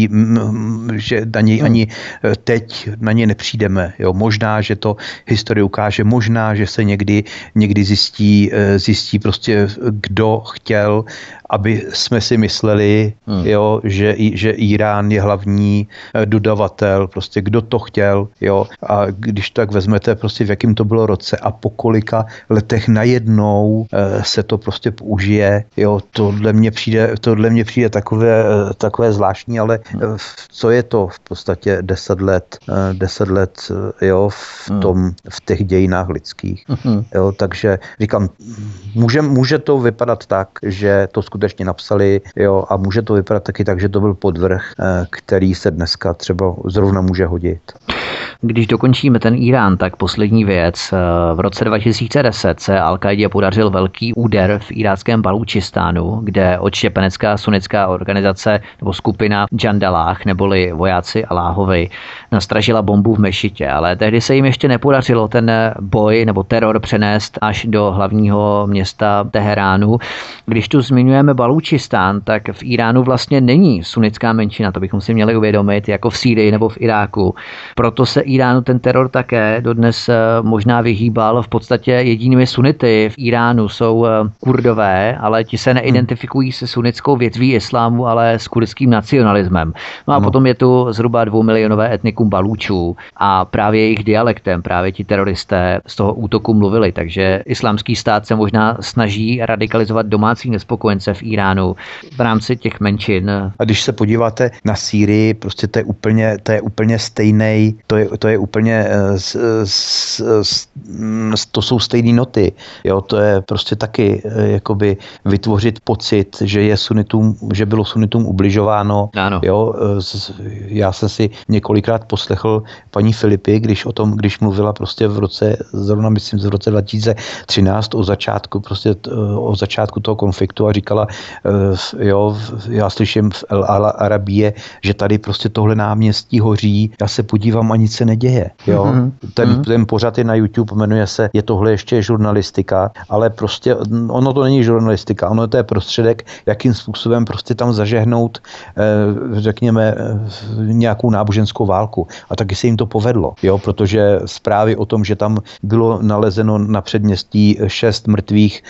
že na něj ani teď na ně nepřijdeme. Jo, možná, že to historie ukáže, možná, že se někdy zjistí prostě, kdo chtěl, aby jsme si mysleli, jo, že Irán je hlavní dodavatel, prostě kdo to chtěl, jo, a když tak vezmete prostě v jakým to bylo roce a po kolika letech najednou se to prostě použije, jo, tohle mně přijde takové zvláštní, ale co je to v podstatě 10 let, jo, v těch dějinách lidských, jo, takže říkám, může to vypadat tak, že to skutečně napsali, jo, a může to vypadat taky tak, že to byl podvrh, který se dneska třeba zrovna může hodit. Když dokončíme ten Irán, tak poslední věc. V roce 2010 se Al-Kaidě podařil velký úder v iráckém Balúčistánu, kde odštěpenecká sunnická organizace nebo skupina Jandalách, neboli vojáci Aláhovi, nastražila bombu v mešitě. Ale tehdy se jim ještě nepodařilo ten boj nebo teror přenést až do hlavního města Teheránu. Když tu zmiňujeme Balúčistán, tak v Iránu vlastně není sunnická menšina, to bychom si měli uvědomit, jako v Sýrii nebo v Iráku. Proto se Iránu ten teror také dodnes možná vyhýbal. V podstatě jedinými sunity v Iránu jsou Kurdové, ale ti se neidentifikují se sunnickou větví islámu, ale s kurdským nacionalismem. No a potom je tu zhruba 2milionové etnikum Balúčů a právě jejich dialektem, právě ti teroristé z toho útoku mluvili, takže Islámský stát se možná snaží radikalizovat domácí nespokojence v Iránu v rámci těch menšin. A když se podíváte na Sýrii, prostě to je úplně stejný, to je úplně, to jsou stejné noty, jo, to je prostě taky jakoby vytvořit pocit, že bylo sunitům ubližováno, jo, já jsem si několikrát poslechl paní Filipy, když mluvila prostě v roce 2013 o začátku toho konfliktu a říkala, jo, já slyším v El Arabie, že tady prostě tohle náměstí hoří, já se podívám a nic se neděje, jo, Ten pořad je na YouTube, jmenuje se Je tohle ještě žurnalistika, ale prostě ono to není žurnalistika, ono to je prostředek, jakým způsobem prostě tam zažehnout, řekněme, nějakou náboženskou válku. A taky se jim to povedlo, jo, protože zprávy o tom, že tam bylo nalezeno na předměstí 6 mrtvých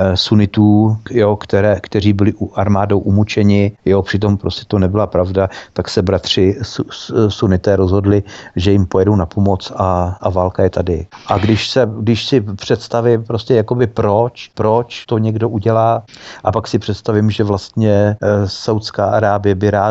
sunitů, jo, kteří byli armádou umučeni, jo, přitom prostě to nebyla pravda, tak se bratři sunité rozhodli, že jim pojedou na pomoc a válka je tady. A když si představím prostě jakoby proč to někdo udělá, a pak si představím, že vlastně Saudská Arábie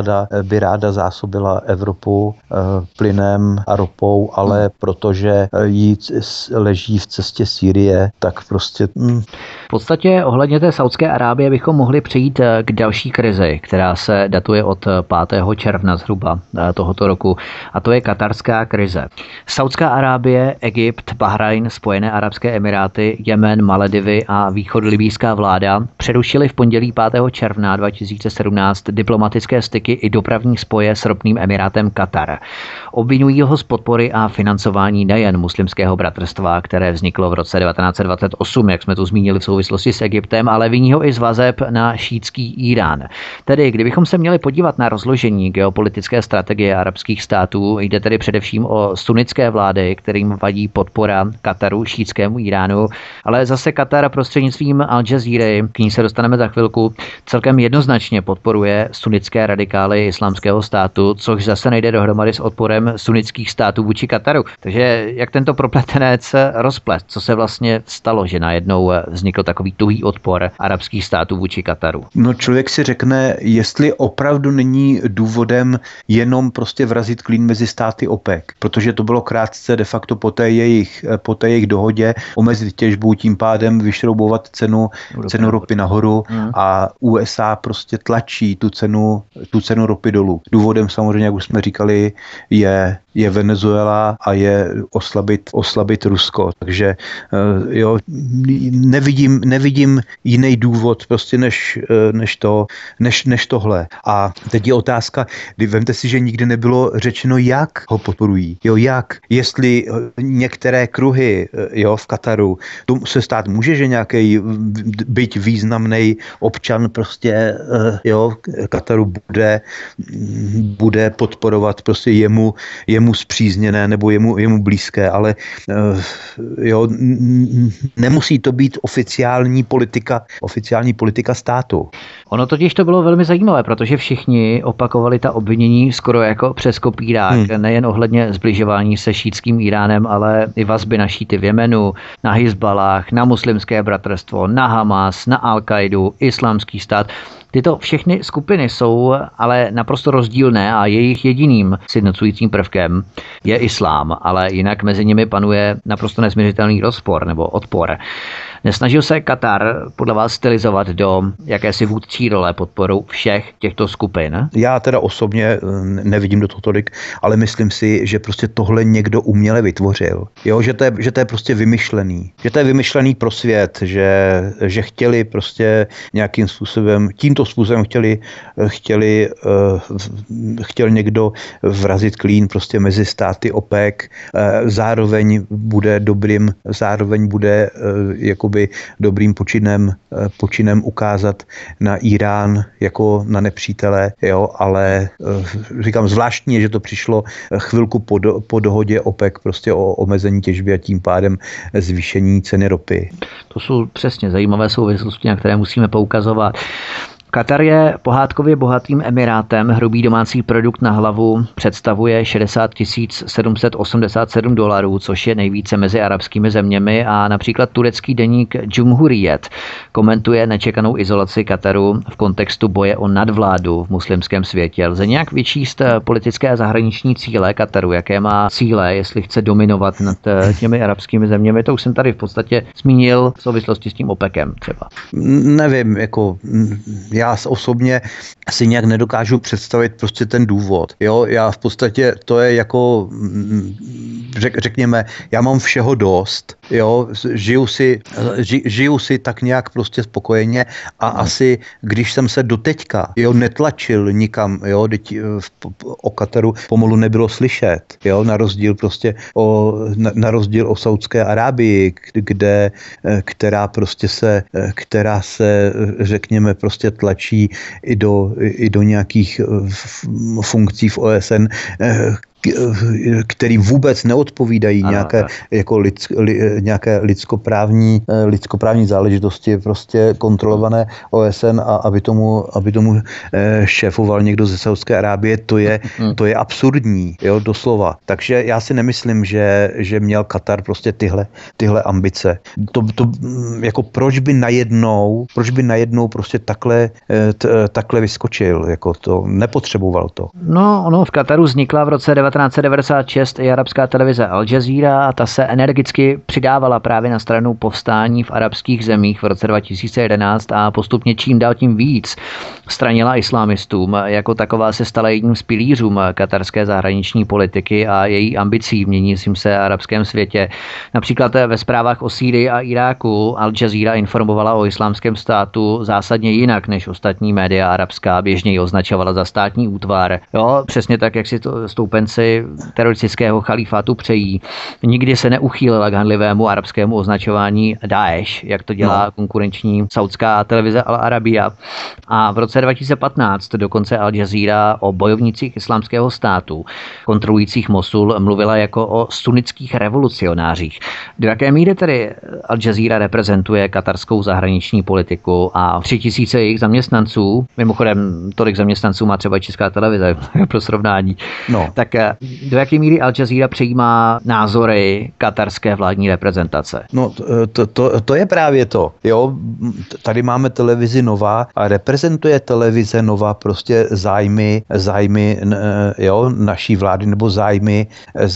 by ráda zásobila Evropu plynem a ropou, ale protože jí leží v cestě Sýrie, tak prostě... V podstatě ohledně té Saudské Arábie bychom mohli přejít k další krizi, která se datuje od 5. června zhruba tohoto roku, a to je katarská krize. Saudská Arábie, Egypt, Bahrajn, Spojené arabské emiráty, Jemen, Maledivy a východolibijská vláda přerušily v pondělí 5. června 2017 diplomatické styky i dopravní spoje s ropným emirátem Katar. Obvinují ho z podpory a financování nejen muslimského bratrstva, které vzniklo v roce 1928, jak jsme tu zmínili v souvislosti s Egyptem, ale viní ho i z vazeb na šítský Irán. Tedy, kdybychom se měli podívat na rozložení geopolitické strategie arabských států, jde tedy především o sunnické vlády, kterým vadí podpora Kataru šítskému Iránu, ale zase Katar prostřednictvím Al Jazeera, k ní se dostaneme za chvilku, celkem jednoznačně podporuje sunnické radikály islámského státu, což zase nejde dohromady s odporem sunnických států vůči Kataru. Takže jak tento propletenec rozplet, co se vlastně stalo, že najednou vznikl takový tuhý odpor arabských států vůči Kataru? No, člověk si řekne, jestli opravdu není důvodem jenom prostě vrazit klín mezi státy OPEC, protože to bylo krátce de facto po té jejich dohodě omezit těžbu, tím pádem vyšroubovat cenu ropy nahoru a USA prostě tlačí tu cenu ropy dolů. Důvodem samozřejmě, jak už jsme říkali, je Venezuela a je oslabit Rusko. Takže jo, nevidím jiný důvod prostě než tohle. A teď je otázka, vemte si, že nikdy nebylo řečeno, jak ho podporují. Jo, jak? Jestli některé kruhy, jo, v Kataru, to se stát může, že nějaký byť významný občan prostě, jo, Kataru bude podporovat prostě jemu spřízněné nebo jemu blízké, ale jo, nemusí to být oficiální politika státu. Ono totiž to bylo velmi zajímavé, protože všichni opakovali ta obvinění skoro jako přes kopírák, nejen ohledně zbližování se šítským Iránem, ale i vazby na šíty v Jemenu, na Hizbalách, na muslimské bratrstvo, na Hamas, na Al-Kaidu, islámský stát. Tyto všechny skupiny jsou ale naprosto rozdílné a jejich jediným sjednocujícím prvkem je islám, ale jinak mezi nimi panuje naprosto nesmiřitelný rozpor nebo odpor. Nesnažil se Katar podle vás stylizovat do jakési vůdčí role podporou všech těchto skupin? Já teda osobně nevidím do toho tolik, ale myslím si, že prostě tohle někdo uměle vytvořil. Jo, že to je prostě vymyšlený. Že to je vymyšlený pro svět, že chtěli prostě nějakým způsobem, tímto způsobem chtěl někdo vrazit klín prostě mezi státy OPEC, zároveň bude jakoby dobrým počinem ukázat na Irán jako na nepřítele, jo, ale říkám, zvláštní je, že to přišlo chvilku po dohodě OPEC prostě o omezení těžby a tím pádem zvýšení ceny ropy. To jsou přesně zajímavé souvislosti, na které musíme poukazovat. Katar je pohádkově bohatým emirátem, hrubý domácí produkt na hlavu představuje 60 787 $, což je nejvíce mezi arabskými zeměmi, a například turecký deník Cumhuriyet komentuje nečekanou izolaci Kataru v kontextu boje o nadvládu v muslimském světě. Lze nějak vyčíst politické a zahraniční cíle Kataru, jaké má cíle, jestli chce dominovat nad těmi arabskými zeměmi? To už jsem tady v podstatě zmínil v souvislosti s tím OPECem třeba. Nevím, jako já osobně si nějak nedokážu představit prostě ten důvod. Jo, já v podstatě to je jako, řekněme, já mám všeho dost, jo, žiju si tak nějak prostě spokojeně a asi, když jsem se doteďka, jo, netlačil nikam, jo, o Kataru pomalu nebylo slyšet, jo, na rozdíl o Saudské Arábii, která se, řekněme, prostě tlačí i do nějakých funkcí v OSN, který vůbec neodpovídají nějaké lidskoprávní záležitosti prostě kontrolované OSN a aby tomu šéfoval někdo ze Saudské Arábie, to je absurdní, jo, doslova. Takže já si nemyslím, že měl Katar prostě tyhle ambice. To jako proč by najednou prostě takhle vyskočil, jako to nepotřeboval to. No, ono v Kataru vznikla v roce 1996 i arabská televize Al Jazeera a ta se energicky přidávala právě na stranu povstání v arabských zemích v roce 2011 a postupně čím dál tím víc stranila islamistům. Jako taková se stala jedním z pilířů katarské zahraniční politiky a její ambicí v měnícím se arabském světě. Například ve zprávách o Sýrii a Iráku Al Jazeera informovala o islámském státu zásadně jinak než ostatní média arabská, běžně ji označovala za státní útvar. Jo, přesně tak, jak si to stoupenci teroristického chalífátu přejí. Nikdy se neuchýlila k hanlivému arabskému označování Daesh, jak to dělá konkurenční saudská televize Al Arabiya. A v roce 2015 dokonce Al Jazeera o bojovnících islámského státu, kontrolujících Mosul, mluvila jako o sunnických revolucionářích. Do jaké míry tedy Al Jazeera reprezentuje katarskou zahraniční politiku a 3000 jejich zaměstnanců, mimochodem tolik zaměstnanců má třeba Česká televize pro srovnání, tak do jaké míry Al Jazeera přijímá názory katarské vládní reprezentace? No, to je právě to. Jo? Tady máme televizi Nova a reprezentuje televize Nova prostě zájmy jo, naší vlády nebo zájmy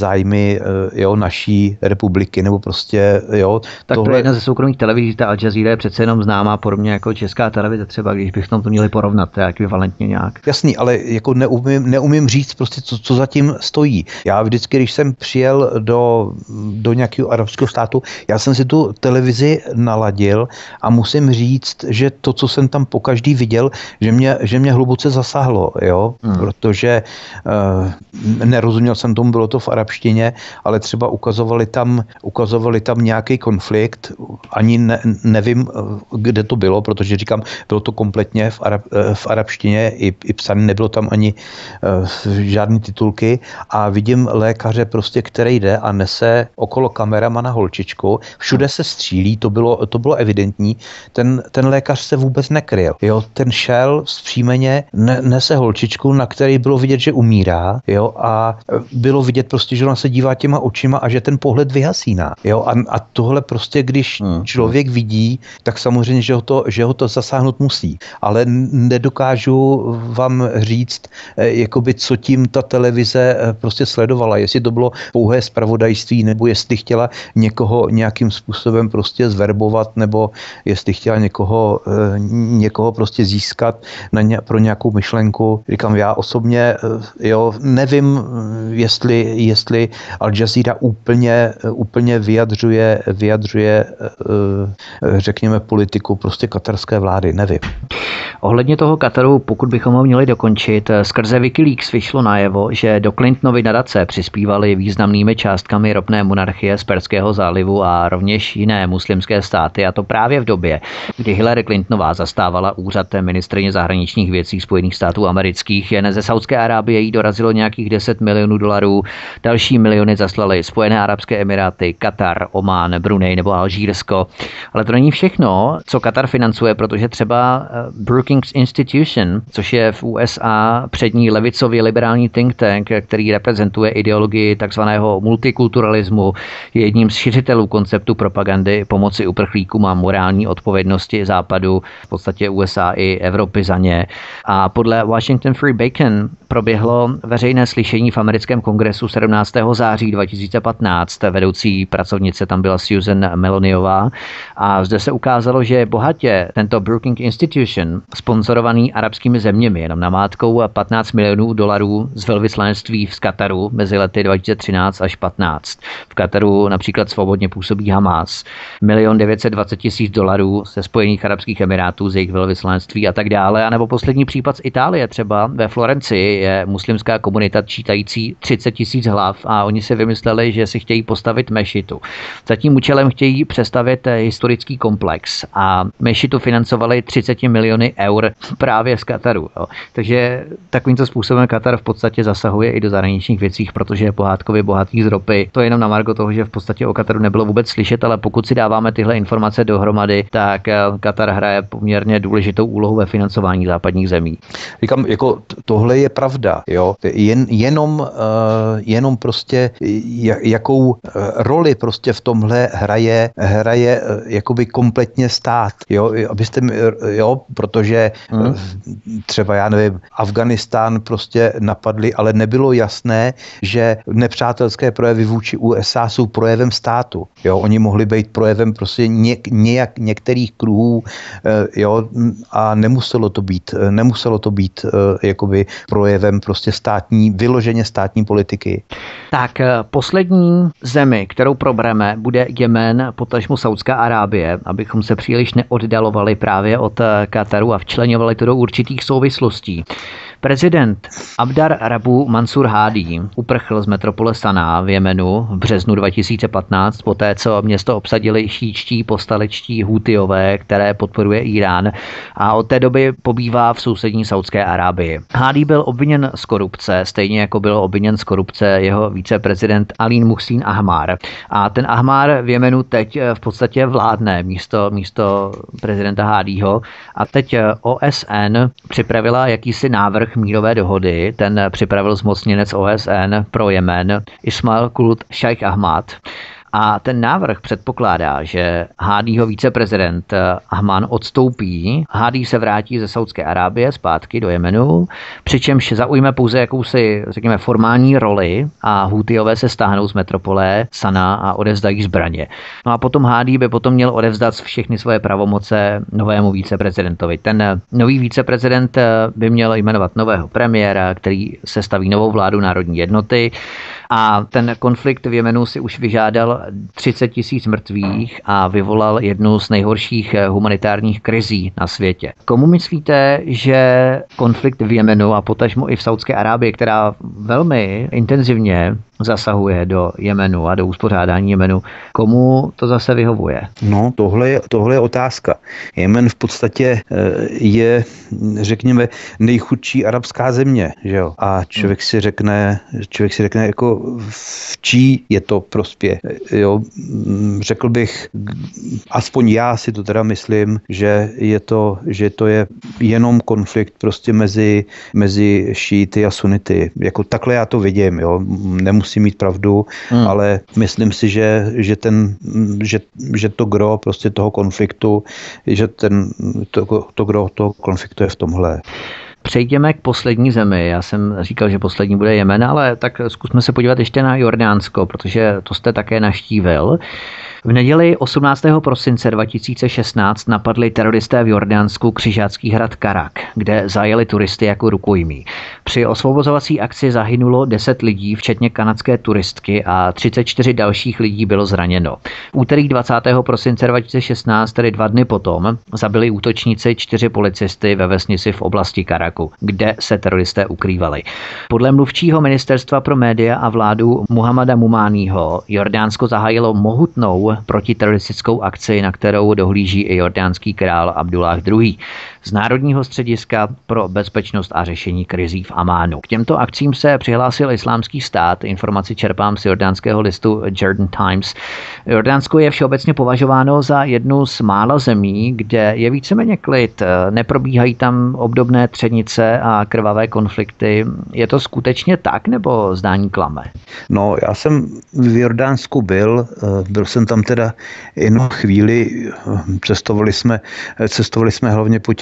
jo, naší republiky nebo prostě jo. Tak tohle... to je jedna ze soukromých televizí, ta Al Jazeera je přece jenom známá podobně jako Česká televize třeba, když bychom to měli porovnat, to je ekvivalentně nějak. Jasný, ale jako neumím říct prostě, co zatím stojí. Já vždycky, když jsem přijel do nějakého arabského státu, já jsem si tu televizi naladil a musím říct, že to, co jsem tam pokaždý viděl, že mě hluboce zasáhlo, jo, protože nerozuměl jsem tomu, bylo to v arabštině, ale třeba ukazovali tam nějaký konflikt, ani nevím, kde to bylo, protože říkám, bylo to kompletně v arabštině, i psaný, nebylo tam ani žádný titulky a vidím lékaře prostě, který jde a nese okolo kameramana holčičku, všude se střílí, to bylo evidentní, ten lékař se vůbec nekryl, jo, ten šel vzpřímeně, nese holčičku, na který bylo vidět, že umírá, jo, a bylo vidět prostě, že ona se dívá těma očima a že ten pohled vyhasíná, jo, a tohle prostě, když člověk vidí, tak samozřejmě, že ho to zasáhnout musí, ale nedokážu vám říct, jakoby, co tím ta televize prostě sledovala, jestli to bylo pouhé zpravodajství, nebo jestli chtěla někoho nějakým způsobem prostě zverbovat, nebo jestli chtěla někoho prostě získat pro nějakou myšlenku. Říkám, já osobně, jo, nevím, jestli Al Jazeera úplně vyjadřuje řekněme politiku prostě katarské vlády, nevím. Ohledně toho Kataru, pokud bychom ho měli dokončit, skrze Wikileaks vyšlo najevo, že do Clintonovy nadace přispívaly významnými částkami ropné monarchie z Perského zálivu a rovněž jiné muslimské státy, a to právě v době, kdy Hillary Clintonová zastávala úřad ministryně zahraničních věcí Spojených států amerických. Jen ze Saudské Arábie jí dorazilo nějakých $10 milionů, další miliony zaslali Spojené arabské emiráty, Katar, Omán, Brunei nebo Alžírsko. Ale to není všechno, co Katar financuje, protože třeba Brookings Institution, což je v USA přední levicově liberální think tank, který reprezentuje ideologii takzvaného multikulturalismu, je jedním z šiřitelů konceptu propagandy pomoci uprchlíkům a morální odpovědnosti Západu, v podstatě USA i Evropy za ně. A podle Washington Free Beacon proběhlo veřejné slyšení v americkém kongresu 17. září 2015. Vedoucí pracovnice tam byla Susan Meloniová a zde se ukázalo, že bohatě tento Brookings Institution, sponzorovaný arabskými zeměmi, jenom namátkou $15 milionů z velvyslanectví nejdřív z Kataru mezi lety 2013 až 15. V Kataru například svobodně působí Hamas. $1,920,000 ze Spojených arabských emirátů, z jejich velvyslanectví a tak dále. A nebo poslední případ z Itálie třeba. Ve Florencii je muslimská komunita čítající 30 000 hlav a oni si vymysleli, že si chtějí postavit mešitu. Za tím účelem chtějí přestavět historický komplex a mešitu financovali 30 miliony eur právě z Kataru. Jo. Takže takovýmto způsobem Katar v podstatě zasahuje i do zahraničních věcí, protože je pohádkově bohatý z ropy. To je jenom na margo toho, že v podstatě o Kataru nebylo vůbec slyšet, ale pokud si dáváme tyhle informace dohromady, tak Katar hraje poměrně důležitou úlohu ve financování západních zemí. Říkám, jako tohle je pravda, jo. Jenom prostě jakou roli prostě v tomhle hraje jakoby kompletně stát, jo, abyste, jo, protože třeba, já nevím, Afganistán prostě napadli, ale nebylo jasné, že nepřátelské projevy vůči USA jsou projevem státu, jo, oni mohli být projevem prostě některých kruhů, jo, a nemuselo to být jakoby projevem prostě vyloženě státní politiky. Tak poslední zemi, kterou probereme, bude Jemen, potažmo Saudská Arábie, abychom se příliš neoddalovali právě od Kataru a včleňovali to do určitých souvislostí. Prezident Abdar Rabu Mansur Hádí uprchl z metropole Saná v Jemenu v březnu 2015, poté co město obsadili šíčtí povstalečtí Hútiové, které podporuje Irán, a od té doby pobývá v sousední Saudské Arábii. Hádí byl obviněn z korupce, stejně jako byl obviněn z korupce jeho viceprezident Alín Muhsín Ahmar. A ten Ahmar v Jemenu teď v podstatě vládne místo prezidenta Hádího. A teď OSN připravila jakýsi návrh mírové dohody, ten připravil zmocněnec OSN pro Jemen Ismail Kult Šajch Ahmad. A ten návrh předpokládá, že Hádího viceprezident Ahmad odstoupí, Hádí se vrátí ze Saudské Arábie zpátky do Jemenu, přičemž zaujme pouze jakousi, řekněme, formální roli a Hútiové se stáhnou z metropole Sana a odevzdají zbraně. No a potom Hádí by potom měl odevzdat všechny svoje pravomoce novému viceprezidentovi. Ten nový viceprezident by měl jmenovat nového premiéra, který sestaví novou vládu národní jednoty. A ten konflikt v Jemenu si už vyžádal 30 000 mrtvých a vyvolal jednu z nejhorších humanitárních krizí na světě. Komu myslíte, že konflikt v Jemenu a potažmo i v Saudské Arábii, která velmi intenzivně zasahuje do Jemenu a do uspořádání Jemenu, komu to zase vyhovuje? No, tohle je otázka. Jemen v podstatě je, řekněme, nejchudší arabská země, že jo? A člověk si řekne jako v čí je to prospěch. Jo? Řekl bych, aspoň já si to teda myslím, že to je jenom konflikt prostě mezi šíity a sunity. Jako takhle já to vidím, jo? Nemusím mít pravdu, ale myslím si, že to gro prostě toho konfliktu, že to gro toho konfliktu je v tomhle. Přejdeme k poslední zemi. Já jsem říkal, že poslední bude Jemen, ale tak zkusme se podívat ještě na Jordánsko, protože to jste také navštívil. V neděli 18. prosince 2016 napadli teroristé v Jordánsku křižácký hrad Karak, kde zajeli turisty jako rukojmí. Při osvobozovací akci zahynulo 10 lidí, včetně kanadské turistky, a 34 dalších lidí bylo zraněno. V úterý 20. prosince 2016, tedy 2 dny potom, zabili útočníci 4 policisty ve vesnici v oblasti Karaku, kde se teroristé ukrývali. Podle mluvčího ministerstva pro média a vládu Muhammada Mumáního Jordánsko zahájilo mohutnou protiteroristickou akci, na kterou dohlíží i jordánský král Abdulláh II. Z Národního střediska pro bezpečnost a řešení krizí v Amánu. K těmto akcím se přihlásil Islámský stát, informaci čerpám z jordánského listu Jordan Times. Jordánsko je všeobecně považováno za jednu z mála zemí, kde je víceméně klid, neprobíhají tam obdobné třenice a krvavé konflikty. Je to skutečně tak, nebo zdání klame? No, já jsem v Jordánsku byl jsem tam teda jenom chvíli, cestovali jsme hlavně po těch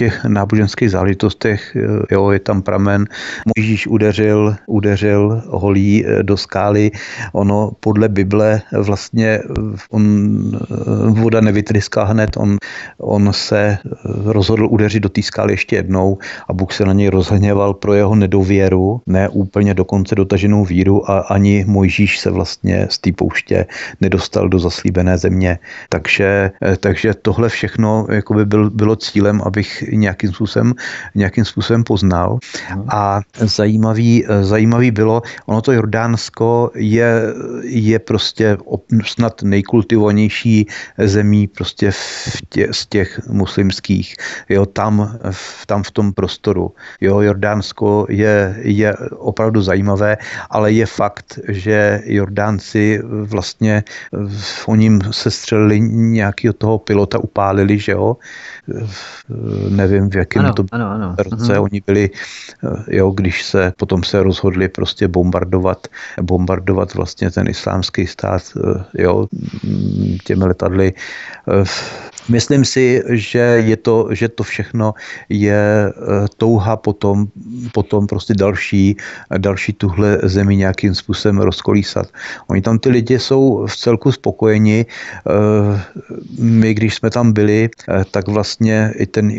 těch náboženských záležitostech, jo, je tam pramen. Mojžíš udeřil holí do skály. Ono podle Bible vlastně voda nevytryská hned, on se rozhodl udeřit do té skály ještě jednou a Bůh se na něj rozhněval pro jeho nedověru, ne úplně dokonce dotaženou víru a ani Mojžíš se vlastně z té pouště nedostal do zaslíbené země. Takže tohle všechno jakoby bylo cílem, abych nějakým způsobem poznal. A zajímavý bylo, ono to Jordánsko je prostě snad nejkultivovanější zemí prostě z těch muslimských, jo, tam v tom prostoru. Jo, Jordánsko je opravdu zajímavé, ale je fakt, že Jordánci vlastně o ním se střelili nějakého toho pilota, upálili, že jo. Nevím, v jakém to roce oni byli, jo, když se potom se rozhodli prostě bombardovat vlastně ten islámský stát, jo, těmi letadly. Myslím si, že to všechno je touha potom prostě další tuhle zemi nějakým způsobem rozkolísat. Oni tam ty lidi jsou v celku spokojeni. My, když jsme tam byli, tak vlastně i ten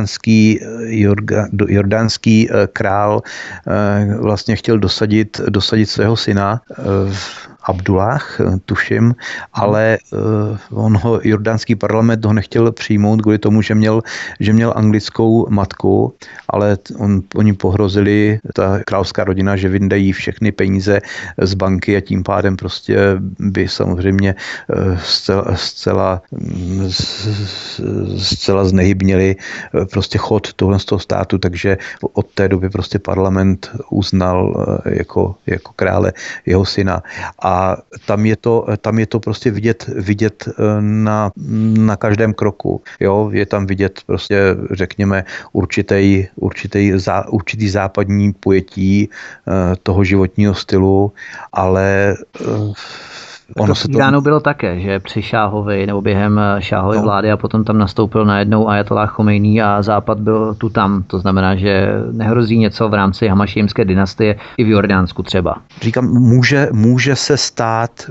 jordánský král vlastně chtěl dosadit svého syna Abdullah, tuším, ale jordánský parlament ho nechtěl přijmout kvůli tomu, že měl anglickou matku, ale oni pohrozili, ta královská rodina, že vyndají všechny peníze z banky a tím pádem prostě by samozřejmě zcela znehybnili prostě chod tohle z toho státu, takže od té doby prostě parlament uznal jako krále jeho syna. A tam je to prostě vidět na každém kroku. Jo? Je tam vidět prostě, řekněme, určitý západní pojetí toho životního stylu, ale to v Iránu bylo také, že při Šáhovi nebo během Šáhovy vlády a potom tam nastoupil najednou Ajatolláh Chomejní a Západ byl tu tam. To znamená, že nehrozí něco v rámci hamašijimské dynastie i v Jordánsku třeba. Říkám, může se stát,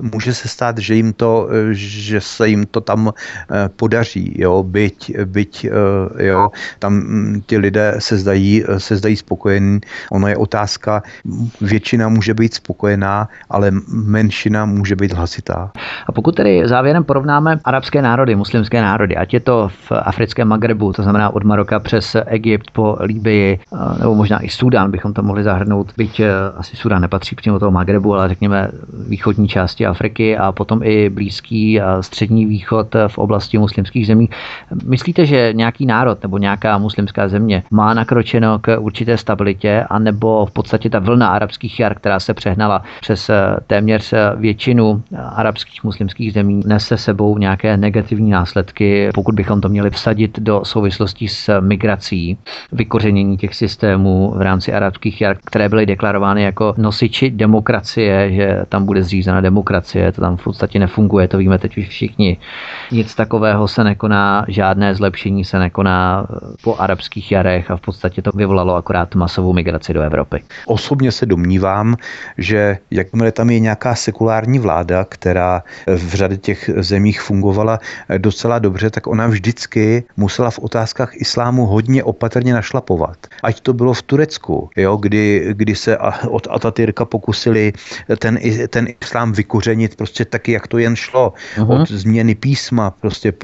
že se jim to tam podaří, jo, byť jo, tam ti lidé se zdají spokojení. Ono je otázka, většina může být spokojená, ale menšina může být hlasitá. A pokud tedy závěrem porovnáme arabské národy, muslimské národy, ať je to v africkém Magrebu, to znamená od Maroka přes Egypt po Libyi, nebo možná i Súdán bychom to mohli zahrnout, byť asi Súdán nepatří přímo toho Magrebu, ale řekněme východní části Afriky a potom i Blízký a Střední východ v oblasti muslimských zemí. Myslíte, že nějaký národ nebo nějaká muslimská země má nakročeno k určité stabilitě, anebo v podstatě ta vlna arabských jar, která se přehnala přes téměř většinu arabských muslimských zemí, nese sebou nějaké negativní následky, pokud bychom to měli vsadit do souvislostí s migrací, vykořenění těch systémů v rámci arabských jar, které byly deklarovány jako nosiči demokracie, že tam bude zřízena demokracie, to tam v podstatě nefunguje, to víme teď už všichni. Nic takového se nekoná, žádné zlepšení se nekoná po arabských jarech a v podstatě to vyvolalo akorát masovou migraci do Evropy. Osobně se domnívám, že jakmile tam je nějaká sekulární vláda, která v řadě těch zemích fungovala docela dobře, tak ona vždycky musela v otázkách islámu hodně opatrně našlapovat. Ať to bylo v Turecku, jo, kdy se od Atatürka pokusili ten islám vykořenit prostě taky, jak to jen šlo. Od změny písma prostě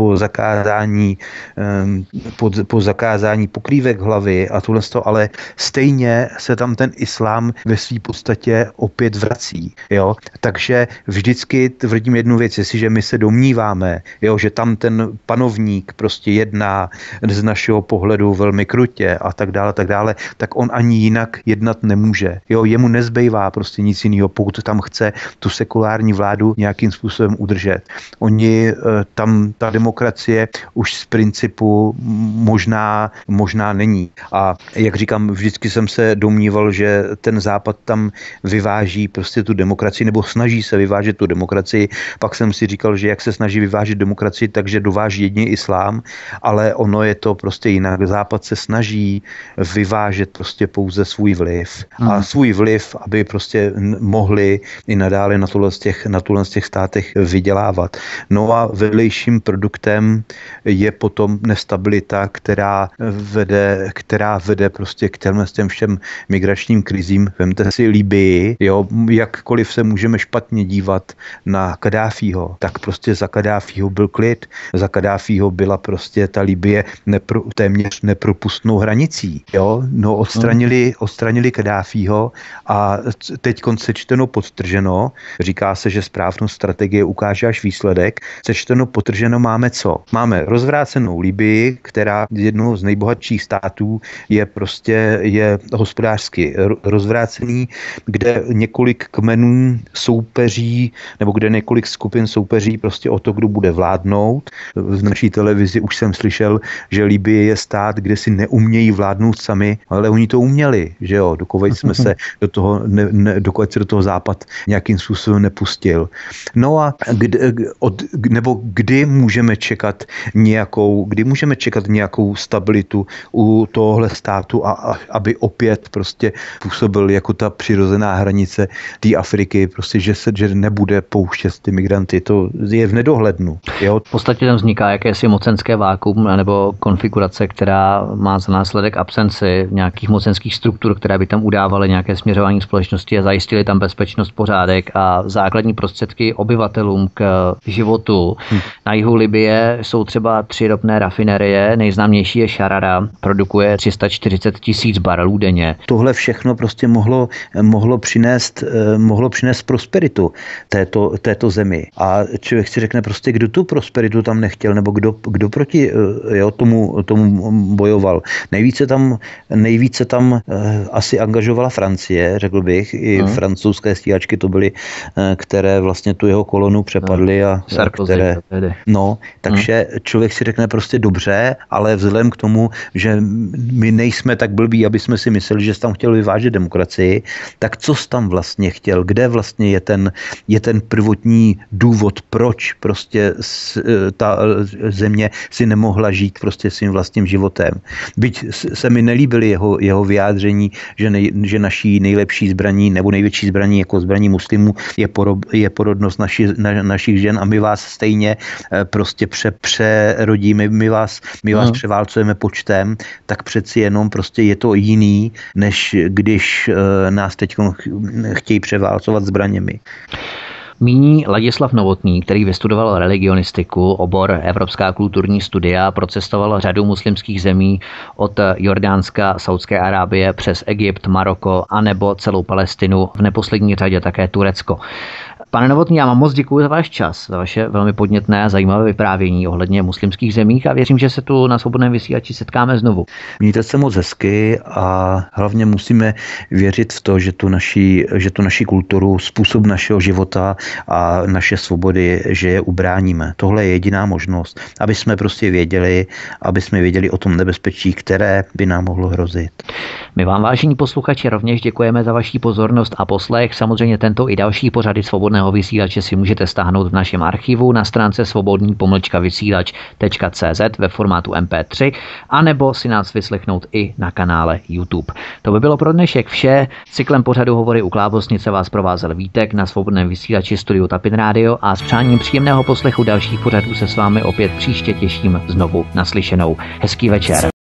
po zakázání pokrývek hlavy a tohle, ale stejně se tam ten islám ve své podstatě opět vrací. Jo? Takže vždycky tvrdím jednu věc, jestliže my se domníváme, jo, že tam ten panovník prostě jedná z našeho pohledu velmi krutě a tak dále, tak on ani jinak jednat nemůže. Jo, jemu nezbývá prostě nic jiného, pokud tam chce tu sekulární vládu nějakým způsobem udržet. Oni tam ta demokracie už z principu možná není. A jak říkám, vždycky jsem se domníval, že ten Západ tam vyváží prostě tu demokracii, nebo snaží se vyvážet tu demokracii demokracii. Pak jsem si říkal, že jak se snaží vyvážit demokracii, takže dováží jedině islám, ale ono je to prostě jinak. Západ se snaží vyvážet prostě pouze svůj vliv. A svůj vliv, aby prostě mohli i nadále na tuhle z těch státech vydělávat. No a vedlejším produktem je potom nestabilita, která vede prostě k těm všem migračním krizím. Vemte si Libyi, jo, jakkoliv se můžeme špatně dívat na Kaddáfího, tak prostě za Kaddáfího byl klid. Za Kaddáfího byla prostě ta Libye téměř nepropustnou hranicí. Jo? No, odstranili Kaddáfího a teď sečteno podtrženo, říká se, že správnost strategie ukáže až výsledek, sečteno podtrženo máme co? Máme rozvrácenou Libyi, která z jednoho z nejbohatších států je hospodářsky rozvrácený, kde několik kmenů soupeří, nebo kde několik skupin soupeří prostě o to, kdo bude vládnout. V naší televizi už jsem slyšel, že Libye je stát, kde si neumějí vládnout sami, ale oni to uměli, že jo, dokud se do toho západ nějakým způsobem nepustil. No a kdy můžeme čekat nějakou stabilitu u tohohle státu a aby opět prostě působil jako ta přirozená hranice té Afriky, prostě, že nebude pouštět ty migranty. To je v nedohlednu. Jo? V podstatě tam vzniká jakési mocenské vákuum nebo konfigurace, která má za následek absenci nějakých mocenských struktur, které by tam udávaly nějaké směřování společnosti a zajistily tam bezpečnost, pořádek a základní prostředky obyvatelům k životu. Na jihu Libye jsou třeba 3 ropné rafinerie, nejznámější je Sharara, produkuje 340 000 barelů denně. Tohle všechno prostě mohlo přinést prosperitu této zemi. A člověk si řekne prostě, kdo tu prosperitu tam nechtěl, nebo kdo proti tomu bojoval. Nejvíce tam asi angažovala Francie, řekl bych, i francouzské stíhačky to byly, které vlastně tu jeho kolonu přepadly takže člověk si řekne prostě dobře, ale vzhledem k tomu, že my nejsme tak blbí, aby jsme si mysleli, že jsi tam chtěl vyvážet demokracii, tak co jsi tam vlastně chtěl? Kde vlastně je ten prvotní důvod, proč prostě ta země si nemohla žít prostě svým vlastním životem? Byť se mi nelíbily jeho vyjádření, že naší nejlepší zbraní nebo největší zbraní jako zbraní muslimů je porodnost našich žen a my vás stejně prostě přerodíme, my vás převálcujeme počtem, tak přeci jenom prostě je to jiný, než když nás teď chtějí převálcovat zbraněmi. Míní Ladislav Novotný, který vystudoval religionistiku, obor Evropská kulturní studia, procestoval řadu muslimských zemí od Jordánska, Saudské Arábie přes Egypt, Maroko a nebo celou Palestinu, v neposlední řadě také Turecko. Pane Novotný, já vám moc děkuji za váš čas, za vaše velmi podnětné a zajímavé vyprávění ohledně muslimských zemích a věřím, že se tu na Svobodném vysílači setkáme znovu. Mějte se moc hezky a hlavně musíme věřit v to, že tu naši kulturu, způsob našeho života a naše svobody, že je ubráníme. Tohle je jediná možnost, aby jsme prostě věděli o tom nebezpečí, které by nám mohlo hrozit. My vám, vážení posluchači, rovněž děkujeme za vaši pozornost a poslech. Samozřejmě tento i další pořady Svobodného vysílače si můžete stáhnout v našem archivu na stránce svobodný-vysílač.cz ve formátu MP3 anebo si nás vyslechnout i na kanále YouTube. To by bylo pro dnešek vše. Cyklem pořadu Hovory u klávesnice vás provázel Vítek na Svobodném vysílači Studiu Tapin Radio a s přáním příjemného poslechu dalších pořadů se s vámi opět příště těším znovu naslyšenou. Hezký večer.